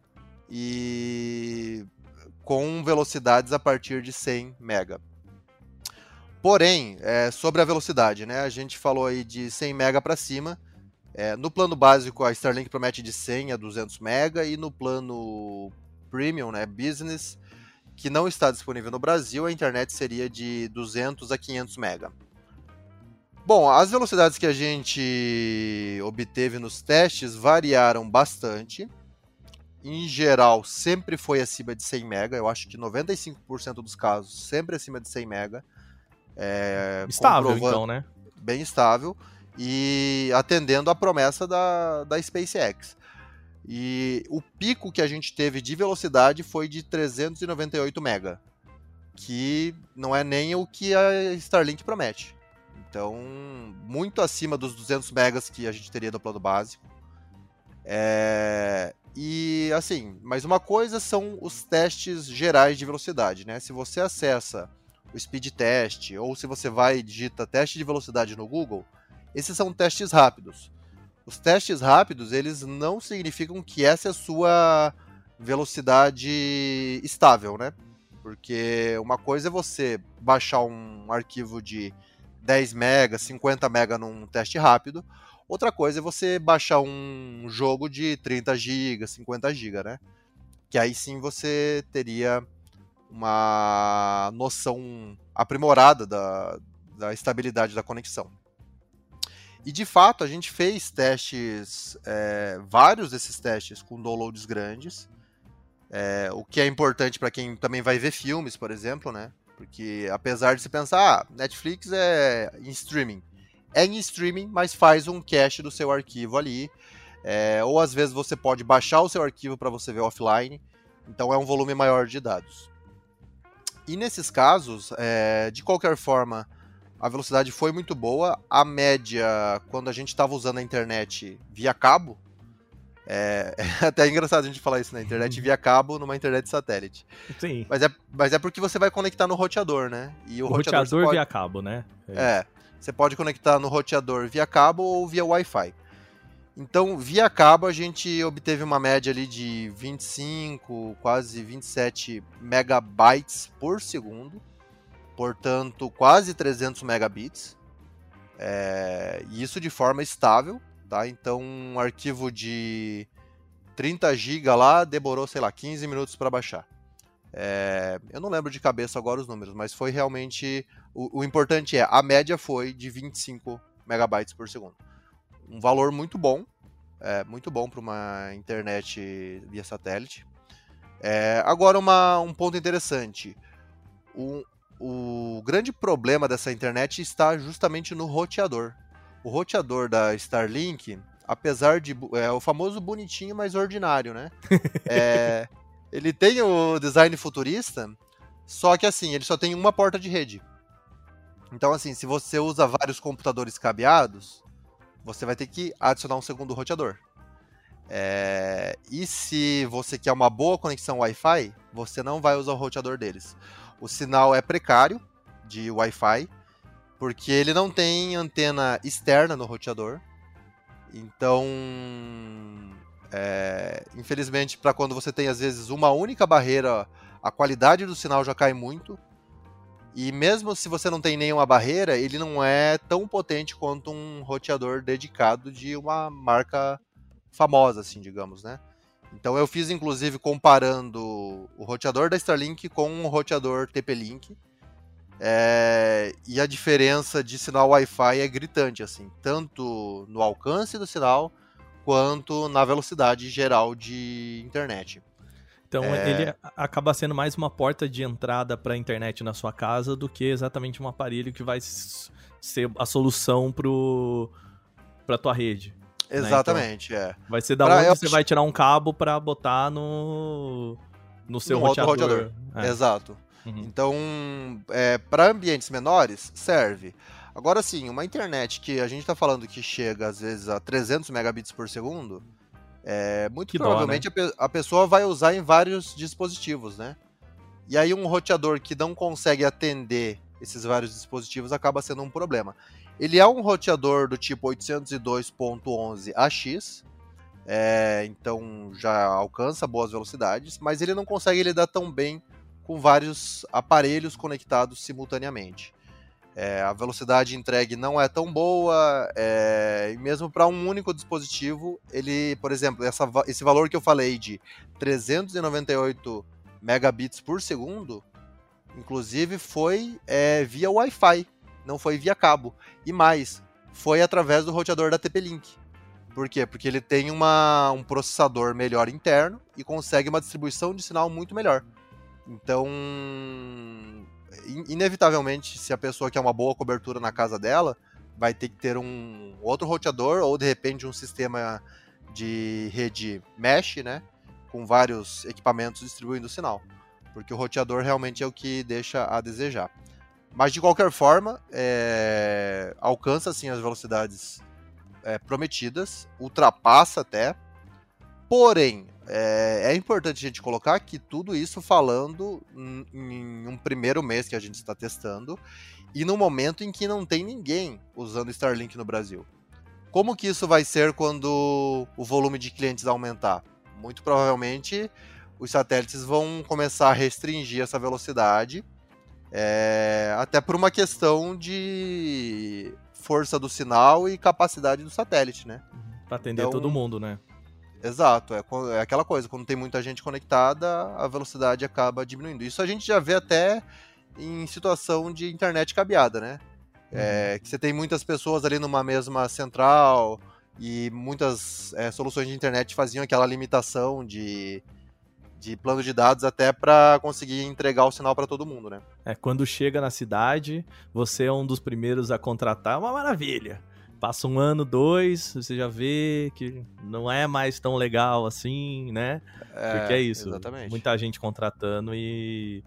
e com velocidades a partir de 100 MB. Porém, sobre a velocidade, né? A gente falou aí de 100 MB para cima. No plano básico, a Starlink promete de 100 a 200 MB, e no plano Premium, né, Business, que não está disponível no Brasil, a internet seria de 200 a 500 MB. Bom, as velocidades que a gente obteve nos testes variaram bastante. Em geral, sempre foi acima de 100 MB. Eu acho que 95% dos casos sempre acima de 100 MB. Estável, então, né? Bem estável. E atendendo à promessa da SpaceX. E o pico que a gente teve de velocidade foi de 398 MB, que não é nem o que a Starlink promete. Então, muito acima dos 200 megas que a gente teria no plano básico. E assim, mas uma coisa são os testes gerais de velocidade, né? Se você acessa o Speed Test, ou se você vai e digita teste de velocidade no Google, esses são testes rápidos. Os testes rápidos, eles não significam que essa é a sua velocidade estável, né? Porque uma coisa é você baixar um arquivo de 10 MB, 50 MB num teste rápido. Outra coisa é você baixar um jogo de 30 GB, 50 GB, né? Que aí sim você teria uma noção aprimorada da estabilidade da conexão. E de fato a gente fez testes, vários desses testes com downloads grandes, o que é importante para quem também vai ver filmes, por exemplo, né? Porque apesar de se pensar, Netflix é em streaming. É em streaming, mas faz um cache do seu arquivo ali. Ou às vezes você pode baixar o seu arquivo para você ver offline. Então é um volume maior de dados. E nesses casos, de qualquer forma, a velocidade foi muito boa. A média, quando a gente estava usando a internet via cabo, é até engraçado a gente falar isso, né? Internet via cabo numa internet satélite. Sim. Mas é porque você vai conectar no roteador, né? E o roteador via cabo, né? Você pode conectar no roteador via cabo ou via Wi-Fi. Então, via cabo, a gente obteve uma média ali de 25, quase 27 megabytes por segundo. Portanto, quase 300 megabits. E isso de forma estável, tá? Então, um arquivo de 30 GB lá demorou, sei lá, 15 minutos para baixar. Eu não lembro de cabeça agora os números, mas foi realmente... O importante a média foi de 25 megabytes por segundo. Um valor muito bom para uma internet via satélite. Agora, um ponto interessante. O grande problema dessa internet está justamente no roteador. O roteador da Starlink, apesar de... o famoso bonitinho, mas ordinário, né? Ele tem o design futurista, só que assim, ele só tem uma porta de rede. Então assim, se você usa vários computadores cabeados, você vai ter que adicionar um segundo roteador. E se você quer uma boa conexão Wi-Fi, você não vai usar o roteador deles. O sinal é precário de Wi-Fi, porque ele não tem antena externa no roteador. Então, infelizmente, para quando você tem às vezes uma única barreira, a qualidade do sinal já cai muito. E mesmo se você não tem nenhuma barreira, ele não é tão potente quanto um roteador dedicado de uma marca famosa, assim, digamos, né? Então eu fiz, inclusive, comparando o roteador da Starlink com um roteador TP-Link. E a diferença de sinal Wi-Fi é gritante, assim, tanto no alcance do sinal, quanto na velocidade geral de internet. Então ele acaba sendo mais uma porta de entrada para a internet na sua casa do que exatamente um aparelho que vai ser a solução para tua rede. Exatamente, né? Então, vai ser da onde você vai tirar um cabo para botar no seu roteador. Exato. Uhum. Então, para ambientes menores, serve. Agora sim, uma internet que a gente está falando que chega às vezes a 300 megabits por segundo, muito provavelmente a pessoa vai usar em vários dispositivos, né? E aí um roteador que não consegue atender esses vários dispositivos acaba sendo um problema. Ele é um roteador do tipo 802.11ax, então já alcança boas velocidades, mas ele não consegue lidar tão bem com vários aparelhos conectados simultaneamente. A velocidade entregue não é tão boa, e mesmo para um único dispositivo, ele, por exemplo, esse valor que eu falei de 398 megabits por segundo, inclusive foi via Wi-Fi, não foi via cabo. E mais, foi através do roteador da TP-Link. Por quê? Porque ele tem um processador melhor interno e consegue uma distribuição de sinal muito melhor. Então, inevitavelmente, se a pessoa quer uma boa cobertura na casa dela, vai ter que ter um outro roteador ou, de repente, um sistema de rede mesh, né? Com vários equipamentos distribuindo o sinal. Porque o roteador realmente é o que deixa a desejar. Mas, de qualquer forma, alcança, sim, as velocidades prometidas, ultrapassa até. Porém, é importante a gente colocar que tudo isso falando em um primeiro mês que a gente está testando e no momento em que não tem ninguém usando Starlink no Brasil. Como que isso vai ser quando o volume de clientes aumentar? Muito provavelmente os satélites vão começar a restringir essa velocidade, até por uma questão de força do sinal e capacidade do satélite, né? Para atender todo mundo, né? Exato, é aquela coisa, quando tem muita gente conectada, a velocidade acaba diminuindo. Isso a gente já vê até em situação de internet cabeada, né? Que você tem muitas pessoas ali numa mesma central e muitas soluções de internet faziam aquela limitação de plano de dados até para conseguir entregar o sinal para todo mundo, né? Quando chega na cidade, você é um dos primeiros a contratar, é uma maravilha. Passa 1 ano, 2, você já vê que não é mais tão legal assim, né? Porque é isso, exatamente. Muita gente contratando e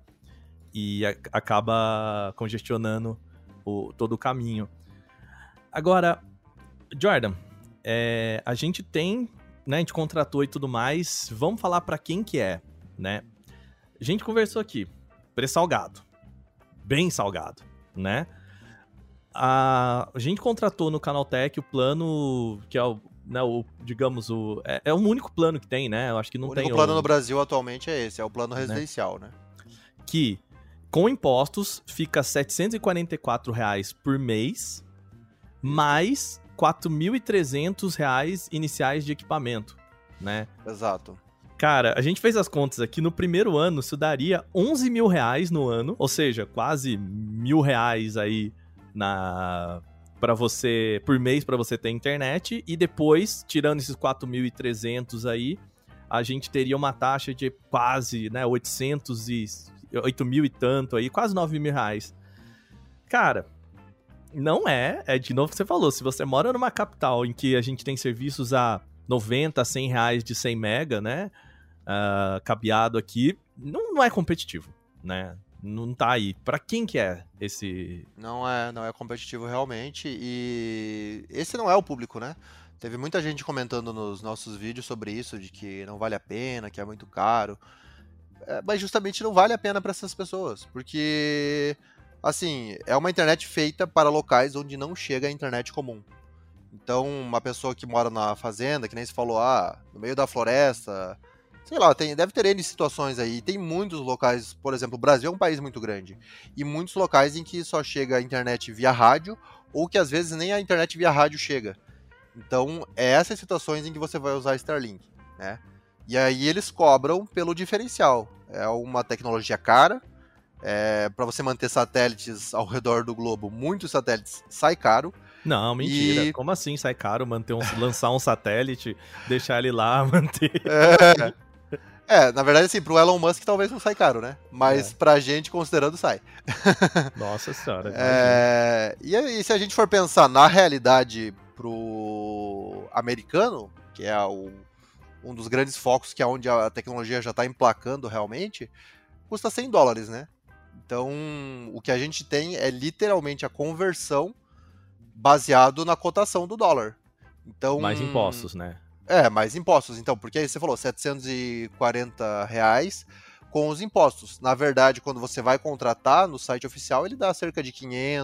acaba congestionando todo o caminho. Agora, Jordan, a gente tem, né, a gente contratou e tudo mais, vamos falar para quem que é, né? A gente conversou aqui, preço salgado, bem salgado, né? A gente contratou no Canaltech o plano que é digamos, o único plano que tem, né? Eu acho que não tem. O único plano no Brasil atualmente é esse, é o plano residencial, né? Que, com impostos, fica R$ 744 por mês, mais R$ 4.300 iniciais de equipamento, né? Exato. Cara, a gente fez as contas aqui, no primeiro ano isso daria R$ 11 mil no ano, ou seja, quase R$ 1.000 aí para você por mês para você ter internet, e depois, tirando esses 4.300 aí, a gente teria uma taxa de quase, né, 8 mil e tanto aí, quase R$ 9 mil. Cara, Não é de novo o que você falou, se você mora numa capital em que a gente tem serviços a 90, 100 reais de 100 mega, né, cabeado aqui, não é competitivo, né, não tá aí. Pra quem que é esse... Não é competitivo realmente, e esse não é o público, né? Teve muita gente comentando nos nossos vídeos sobre isso, de que não vale a pena, que é muito caro, mas justamente não vale a pena para essas pessoas, porque, assim, é uma internet feita para locais onde não chega a internet comum. Então, uma pessoa que mora na fazenda, que nem se falou, no meio da floresta, sei lá, deve ter N situações aí. Tem muitos locais, por exemplo, o Brasil é um país muito grande, e muitos locais em que só chega a internet via rádio, ou que às vezes nem a internet via rádio chega. Então, é essas situações em que você vai usar Starlink, né? E aí eles cobram pelo diferencial. É uma tecnologia cara, para você manter satélites ao redor do globo, muitos satélites sai caro. Não, mentira. Como assim sai caro lançar um satélite, deixar ele lá, manter... na verdade, assim, pro Elon Musk talvez não sai caro, né? Mas pra gente, considerando, sai. Nossa senhora. E aí, se a gente for pensar na realidade pro americano, que é um dos grandes focos, que é onde a tecnologia já tá emplacando realmente, custa $100, né? Então, o que a gente tem é literalmente a conversão baseado na cotação do dólar. Então, mais impostos, né? Mais impostos. Então, porque aí você falou R$740 com os impostos. Na verdade, quando você vai contratar no site oficial, ele dá cerca de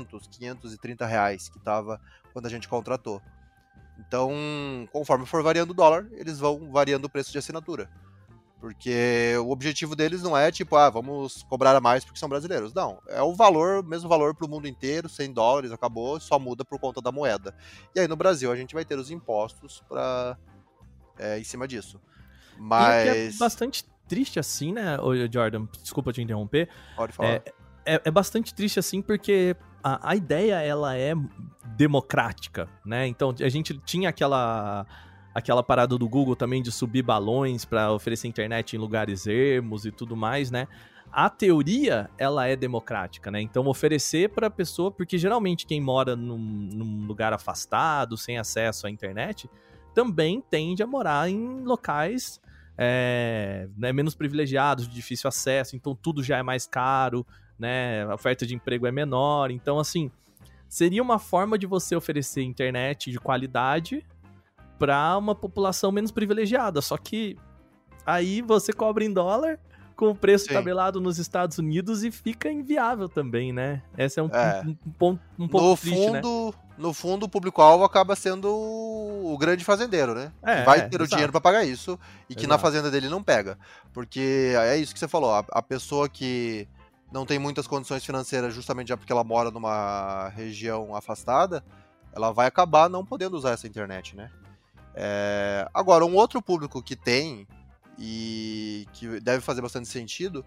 R$530, que estava quando a gente contratou. Então, conforme for variando o dólar, eles vão variando o preço de assinatura. Porque o objetivo deles não é tipo, vamos cobrar a mais porque são brasileiros. Não, é o mesmo valor para o mundo inteiro, $100, acabou, só muda por conta da moeda. E aí no Brasil a gente vai ter os impostos em cima disso. Mas... E é bastante triste assim, né, Jordan? Desculpa te interromper. Pode falar. É bastante triste assim porque a ideia, ela é democrática, né? Então a gente tinha aquela parada do Google também de subir balões para oferecer internet em lugares ermos e tudo mais, né? A teoria, ela é democrática, né? Então oferecer para a pessoa, porque geralmente quem mora num lugar afastado, sem acesso à internet, também tende a morar em locais menos privilegiados, de difícil acesso, então tudo já é mais caro, né? A oferta de emprego é menor, então assim, seria uma forma de você oferecer internet de qualidade para uma população menos privilegiada, só que aí você cobra em dólar com o preço tabelado nos Estados Unidos e fica inviável também, né? Esse é um ponto triste, né? No fundo, o público-alvo acaba sendo o grande fazendeiro, né? Que vai ter o dinheiro para pagar isso e que na fazenda dele não pega. Porque é isso que você falou, a pessoa que não tem muitas condições financeiras justamente já porque ela mora numa região afastada, ela vai acabar não podendo usar essa internet, né? Agora, um outro público que tem e que deve fazer bastante sentido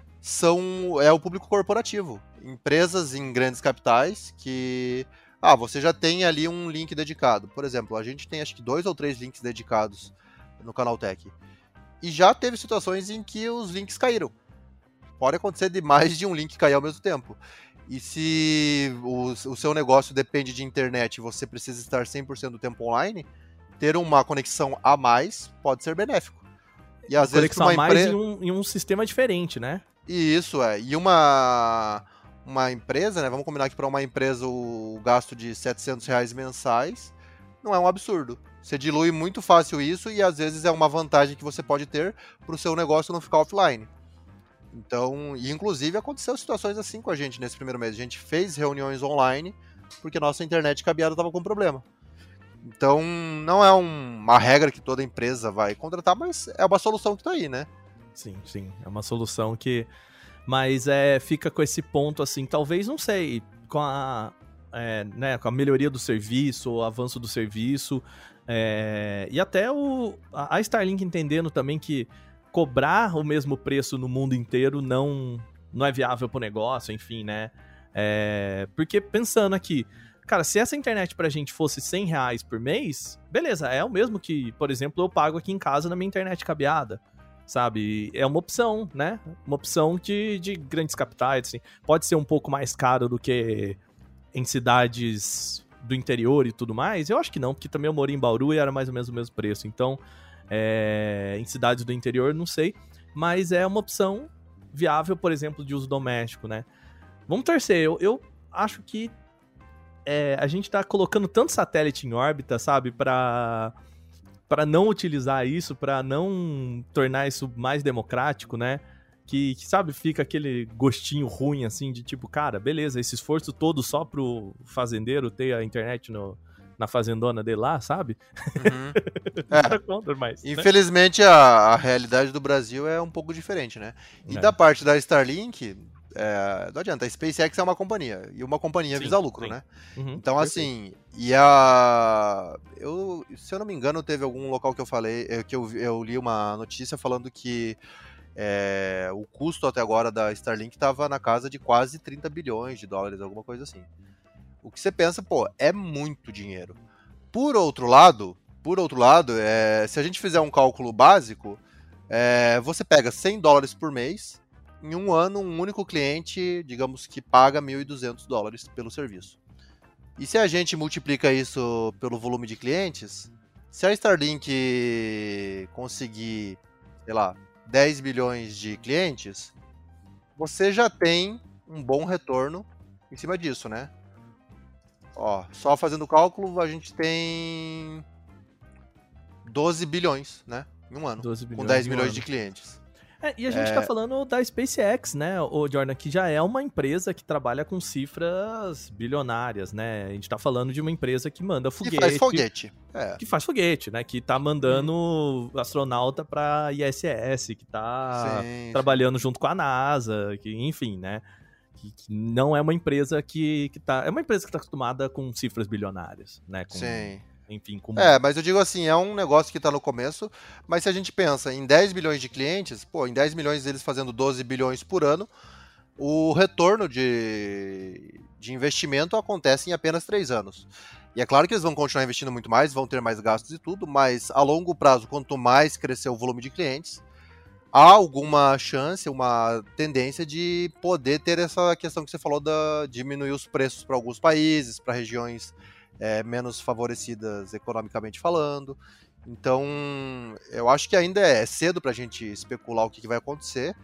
é o público corporativo. Empresas em grandes capitais que... você já tem ali um link dedicado. Por exemplo, a gente tem acho que 2 ou 3 links dedicados no Canaltech. E já teve situações em que os links caíram. Pode acontecer de mais de um link cair ao mesmo tempo. E se o seu negócio depende de internet e você precisa estar 100% do tempo online, ter uma conexão a mais pode ser benéfico. E às vezes conexão a mais em um sistema diferente, né? Isso, E uma empresa, né? Vamos combinar que para uma empresa o gasto de R$700 mensais não é um absurdo. Você dilui muito fácil isso e às vezes é uma vantagem que você pode ter para o seu negócio não ficar offline. Então, e inclusive aconteceu situações assim com a gente nesse primeiro mês. A gente fez reuniões online porque nossa internet cabeada estava com problema. Então, não é uma regra que toda empresa vai contratar, mas é uma solução que está aí, né? Sim, é uma solução que... Mas fica com esse ponto, assim, talvez, não sei, com a melhoria do serviço, o avanço do serviço, e até a Starlink entendendo também que cobrar o mesmo preço no mundo inteiro não é viável pro negócio, enfim, né? Porque pensando aqui, cara, se essa internet pra gente fosse R$100 por mês, beleza, é o mesmo que, por exemplo, eu pago aqui em casa na minha internet cabeada, sabe? É uma opção, né? Uma opção de grandes capitais, assim. Pode ser um pouco mais caro do que em cidades do interior e tudo mais? Eu acho que não, porque também eu morei em Bauru e era mais ou menos o mesmo preço. Então, em cidades do interior, não sei. Mas é uma opção viável, por exemplo, de uso doméstico, né? Vamos torcer. Eu acho que a gente tá colocando tanto satélite em órbita, sabe? Pra não utilizar isso, pra não tornar isso mais democrático, né? Que, sabe, fica aquele gostinho ruim, assim, de tipo, cara, beleza, esse esforço todo só pro fazendeiro ter a internet na fazendona dele lá, sabe? Uhum. Contra, mas, infelizmente, né? a realidade do Brasil é um pouco diferente, né? E da parte da Starlink, não adianta, a SpaceX é uma companhia, e uma companhia visa lucro, né? Uhum, então, assim, se eu não me engano, teve algum local que eu falei, que eu li uma notícia falando que o custo até agora da Starlink estava na casa de quase 30 bilhões de dólares, alguma coisa assim. O que você pensa, pô, é muito dinheiro. Por outro lado, se a gente fizer um cálculo básico, você pega 100 dólares por mês, em um ano, um único cliente, digamos que paga 1.200 dólares pelo serviço. E se a gente multiplica isso pelo volume de clientes, se a Starlink conseguir, sei lá, 10 bilhões de clientes, você já tem um bom retorno em cima disso, né? Ó, só fazendo o cálculo, a gente tem 12 bilhões, né? Em um ano, com 10 milhões de clientes. E a gente tá falando da SpaceX, né, o Jordan, que já é uma empresa que trabalha com cifras bilionárias, né? A gente tá falando de uma empresa que manda foguete. Que faz foguete. Que faz foguete, né? Que tá mandando astronauta pra ISS, que tá trabalhando junto com a NASA, que, enfim, né? Que não é uma empresa que tá... É uma empresa que tá acostumada com cifras bilionárias, né? Sim. Enfim, mas eu digo assim, é um negócio que tá no começo, mas se a gente pensa em 10 bilhões de clientes, pô, em 10 milhões eles fazendo 12 bilhões por ano, o retorno de investimento acontece em apenas 3 anos. E é claro que eles vão continuar investindo muito mais, vão ter mais gastos e tudo, mas a longo prazo, quanto mais crescer o volume de clientes, há alguma chance, uma tendência de poder ter essa questão que você falou de diminuir os preços para alguns países, para regiões menos favorecidas economicamente falando. Então, eu acho que ainda é cedo para a gente especular o que vai acontecer,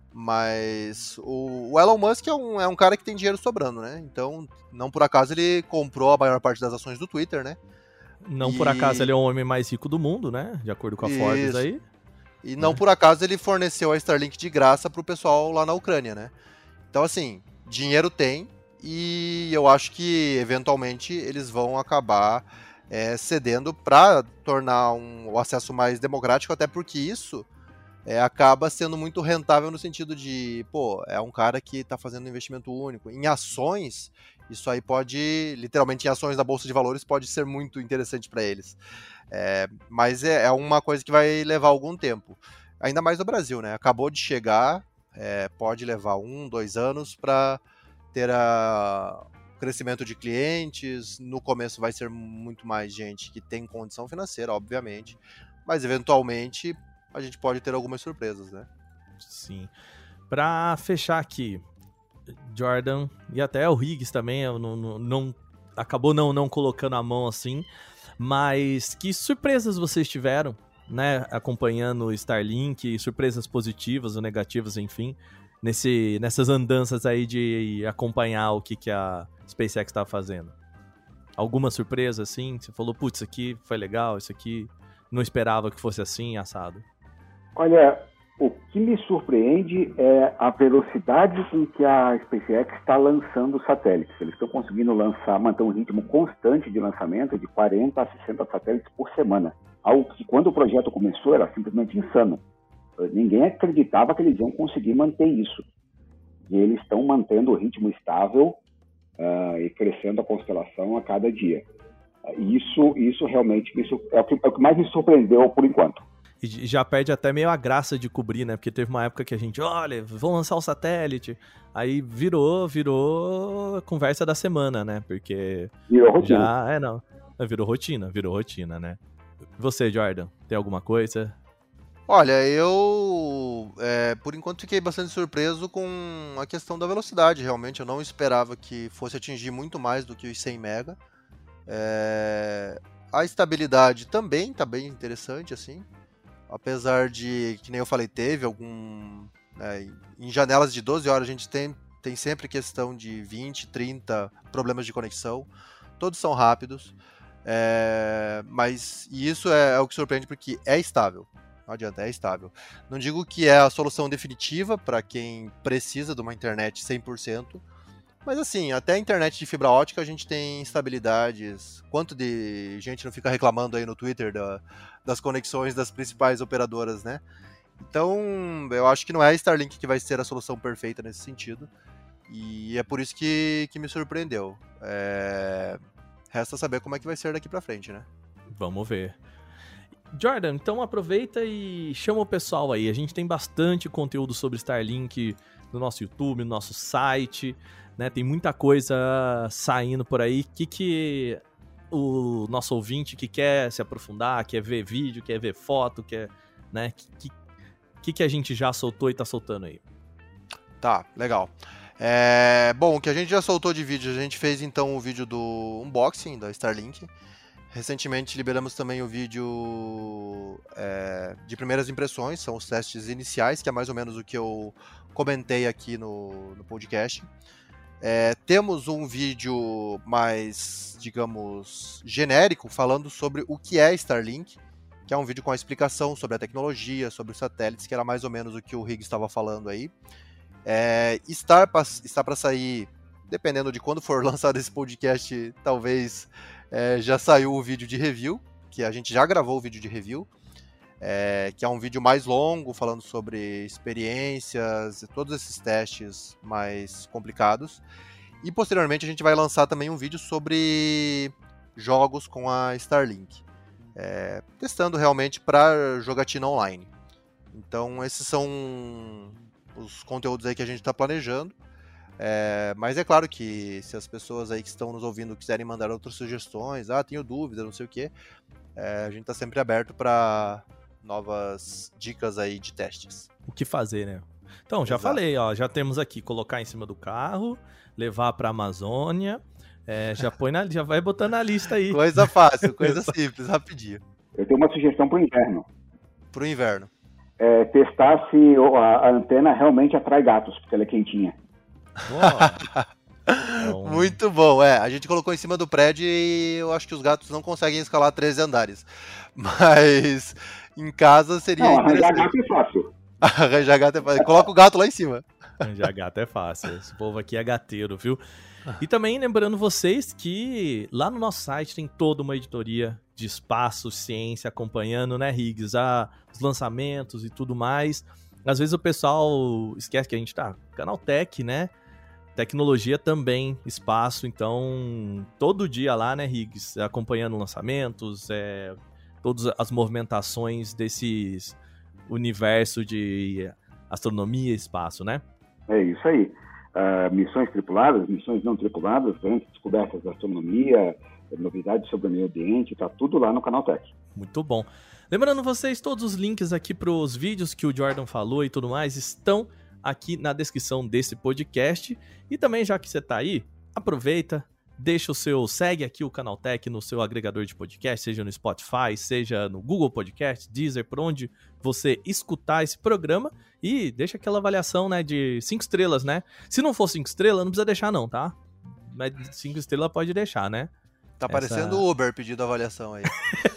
mas o Elon Musk é um cara que tem dinheiro sobrando, né? Então, não por acaso ele comprou a maior parte das ações do Twitter, né? Não por acaso ele é o homem mais rico do mundo, né? De acordo com a Forbes aí. E não por acaso ele forneceu a Starlink de graça pro pessoal lá na Ucrânia, né? Então, assim, dinheiro tem, e eu acho que, eventualmente, eles vão acabar cedendo para tornar o acesso mais democrático, até porque isso acaba sendo muito rentável no sentido de, pô, é um cara que está fazendo um investimento único. Em ações, isso aí pode, literalmente em ações da Bolsa de Valores, pode ser muito interessante para eles. Mas é uma coisa que vai levar algum tempo. Ainda mais no Brasil, né? Acabou de chegar, pode levar 1-2 anos para ter crescimento de clientes. No começo vai ser muito mais gente que tem condição financeira, obviamente, mas eventualmente a gente pode ter algumas surpresas, né? Sim. Para fechar aqui, Jordan, e até o Higgs também acabou não colocando a mão assim, mas que surpresas vocês tiveram, né, acompanhando o Starlink, surpresas positivas ou negativas, enfim, nessas andanças aí de acompanhar o que a SpaceX estava fazendo? Alguma surpresa, assim? Você falou, putz, isso aqui foi legal, isso aqui não esperava que fosse assim, assado. Olha, o que me surpreende é a velocidade com que a SpaceX está lançando satélites. Eles estão conseguindo manter um ritmo constante de lançamento de 40 a 60 satélites por semana. Algo que, quando o projeto começou, era simplesmente insano. Ninguém acreditava que eles iam conseguir manter isso. E eles estão mantendo o ritmo estável e crescendo a constelação a cada dia. Isso realmente é o que mais me surpreendeu por enquanto. E já perde até meio a graça de cobrir, né? Porque teve uma época que a gente, olha, vão lançar o satélite. Aí virou a conversa da semana, né? Porque virou rotina. Virou rotina, né? Você, Jordan, tem alguma coisa? Olha, eu por enquanto fiquei bastante surpreso com a questão da velocidade, realmente eu não esperava que fosse atingir muito mais do que os 100 MB. A estabilidade também está bem interessante, assim, apesar de, que nem eu falei, teve algum... em janelas de 12 horas a gente tem sempre questão de 20, 30 problemas de conexão, todos são rápidos, mas isso é o que surpreende porque é estável. Não adianta, é estável. Não digo que é a solução definitiva para quem precisa de uma internet 100%, mas assim, até a internet de fibra ótica a gente tem instabilidades. Quanto de gente não fica reclamando aí no Twitter das conexões das principais operadoras, né? Então, eu acho que não é a Starlink que vai ser a solução perfeita nesse sentido. E é por isso que me surpreendeu. Resta saber como é que vai ser daqui pra frente, né? Vamos ver. Jordan, então aproveita e chama o pessoal aí. A gente tem bastante conteúdo sobre Starlink no nosso YouTube, no nosso site, né? Tem muita coisa saindo por aí. O que o nosso ouvinte que quer se aprofundar, quer ver vídeo, quer ver foto, quer, né? Que a gente já soltou e tá soltando aí? Tá, legal. Bom, o que a gente já soltou de vídeo, a gente fez então o vídeo do unboxing da Starlink. Recentemente liberamos também o vídeo de primeiras impressões, são os testes iniciais, que é mais ou menos o que eu comentei aqui no podcast. Temos um vídeo mais, digamos, genérico, falando sobre o que é Starlink, que é um vídeo com a explicação sobre a tecnologia, sobre os satélites, que era mais ou menos o que o Higgs estava falando aí. Está para sair, dependendo de quando for lançado esse podcast, talvez já saiu o vídeo de review, que a gente já gravou o vídeo de review, que é um vídeo mais longo, falando sobre experiências e todos esses testes mais complicados. E posteriormente a gente vai lançar também um vídeo sobre jogos com a Starlink, testando realmente para jogatina online. Então esses são os conteúdos aí que a gente está planejando. Mas é claro que se as pessoas aí que estão nos ouvindo quiserem mandar outras sugestões, tenho dúvida, não sei o que, a gente está sempre aberto para novas dicas aí de testes. O que fazer, né? Então, já falei, ó, já temos aqui, colocar em cima do carro, levar para a Amazônia, já vai botando na lista aí. Coisa fácil, coisa simples, rapidinho. Eu tenho uma sugestão para o inverno. Para o inverno. Testar se a antena realmente atrai gatos, porque ela é quentinha. Muito bom, a gente colocou em cima do prédio e eu acho que os gatos não conseguem escalar 13 andares, mas em casa seria arranjar gato é fácil. Arranjar gato é fácil, coloca o gato lá em cima. Arranjar gato é fácil, esse povo aqui é gateiro, viu? E também lembrando vocês que lá no nosso site tem toda uma editoria de espaço, ciência, acompanhando, né, Higgs, os lançamentos e tudo mais. Às vezes o pessoal esquece que a gente tá Canaltech, né? Tecnologia também, espaço, então todo dia lá, né, Higgs, acompanhando lançamentos, todas as movimentações desses universo de astronomia e espaço, né? É isso aí. Missões tripuladas, missões não tripuladas, grandes descobertas da astronomia, novidades sobre o meio ambiente, tá tudo lá no Canaltech. Muito bom. Lembrando vocês, todos os links aqui para os vídeos que o Jordan falou e tudo mais estão aqui na descrição desse podcast. E também, já que você tá aí, aproveita, segue aqui o Canaltech no seu agregador de podcast, seja no Spotify, seja no Google Podcast, Deezer, por onde você escutar esse programa, e deixa aquela avaliação, né, de 5 estrelas, né? Se não for 5 estrelas, não precisa deixar não, tá? Mas 5 estrelas pode deixar, né? Tá parecendo o Uber pedindo avaliação aí.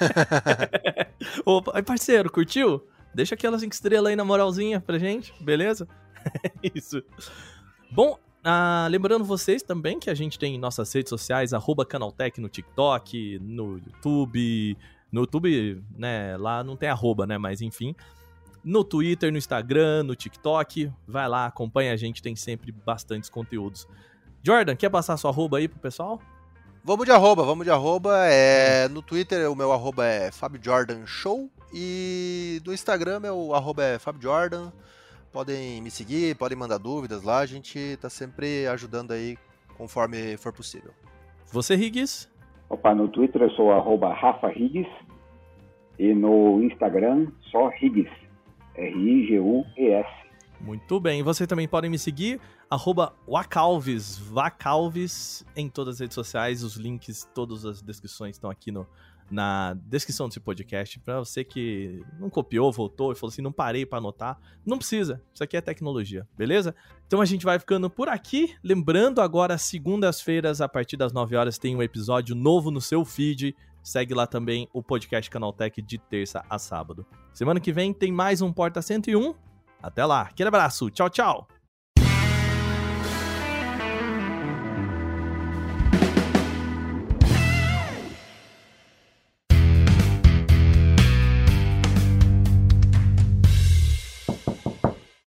Opa, parceiro, curtiu? Deixa aquelas 5 estrelas aí na moralzinha pra gente, beleza? Isso. Bom, lembrando vocês também que a gente tem nossas redes sociais, @Canaltech no TikTok, no YouTube. No YouTube, né, lá não tem arroba, né, mas enfim. No Twitter, no Instagram, no TikTok. Vai lá, acompanha a gente, tem sempre bastantes conteúdos. Jordan, quer passar sua arroba aí pro pessoal? Vamos de arroba. No Twitter, o meu arroba é FabioJordanShow. E no Instagram, meu arroba é FabioJordan. Podem me seguir, podem mandar dúvidas lá. A gente tá sempre ajudando aí conforme for possível. Você, Higgs? No Twitter eu sou @RafaHiggs. E no Instagram, só Higgs. RIGUES. Muito bem. Você também pode me seguir, @Wacalves, Vacalves, em todas as redes sociais. Os links, todas as descrições estão aqui na descrição desse podcast. Para você que não copiou, voltou e falou assim, não parei para anotar, não precisa. Isso aqui é tecnologia, beleza? Então a gente vai ficando por aqui. Lembrando agora, segundas-feiras, a partir das 9 horas, tem um episódio novo no seu feed. Segue lá também o podcast Canaltech de terça a sábado. Semana que vem tem mais um Porta 101. Até lá. Aquele abraço. Tchau, tchau.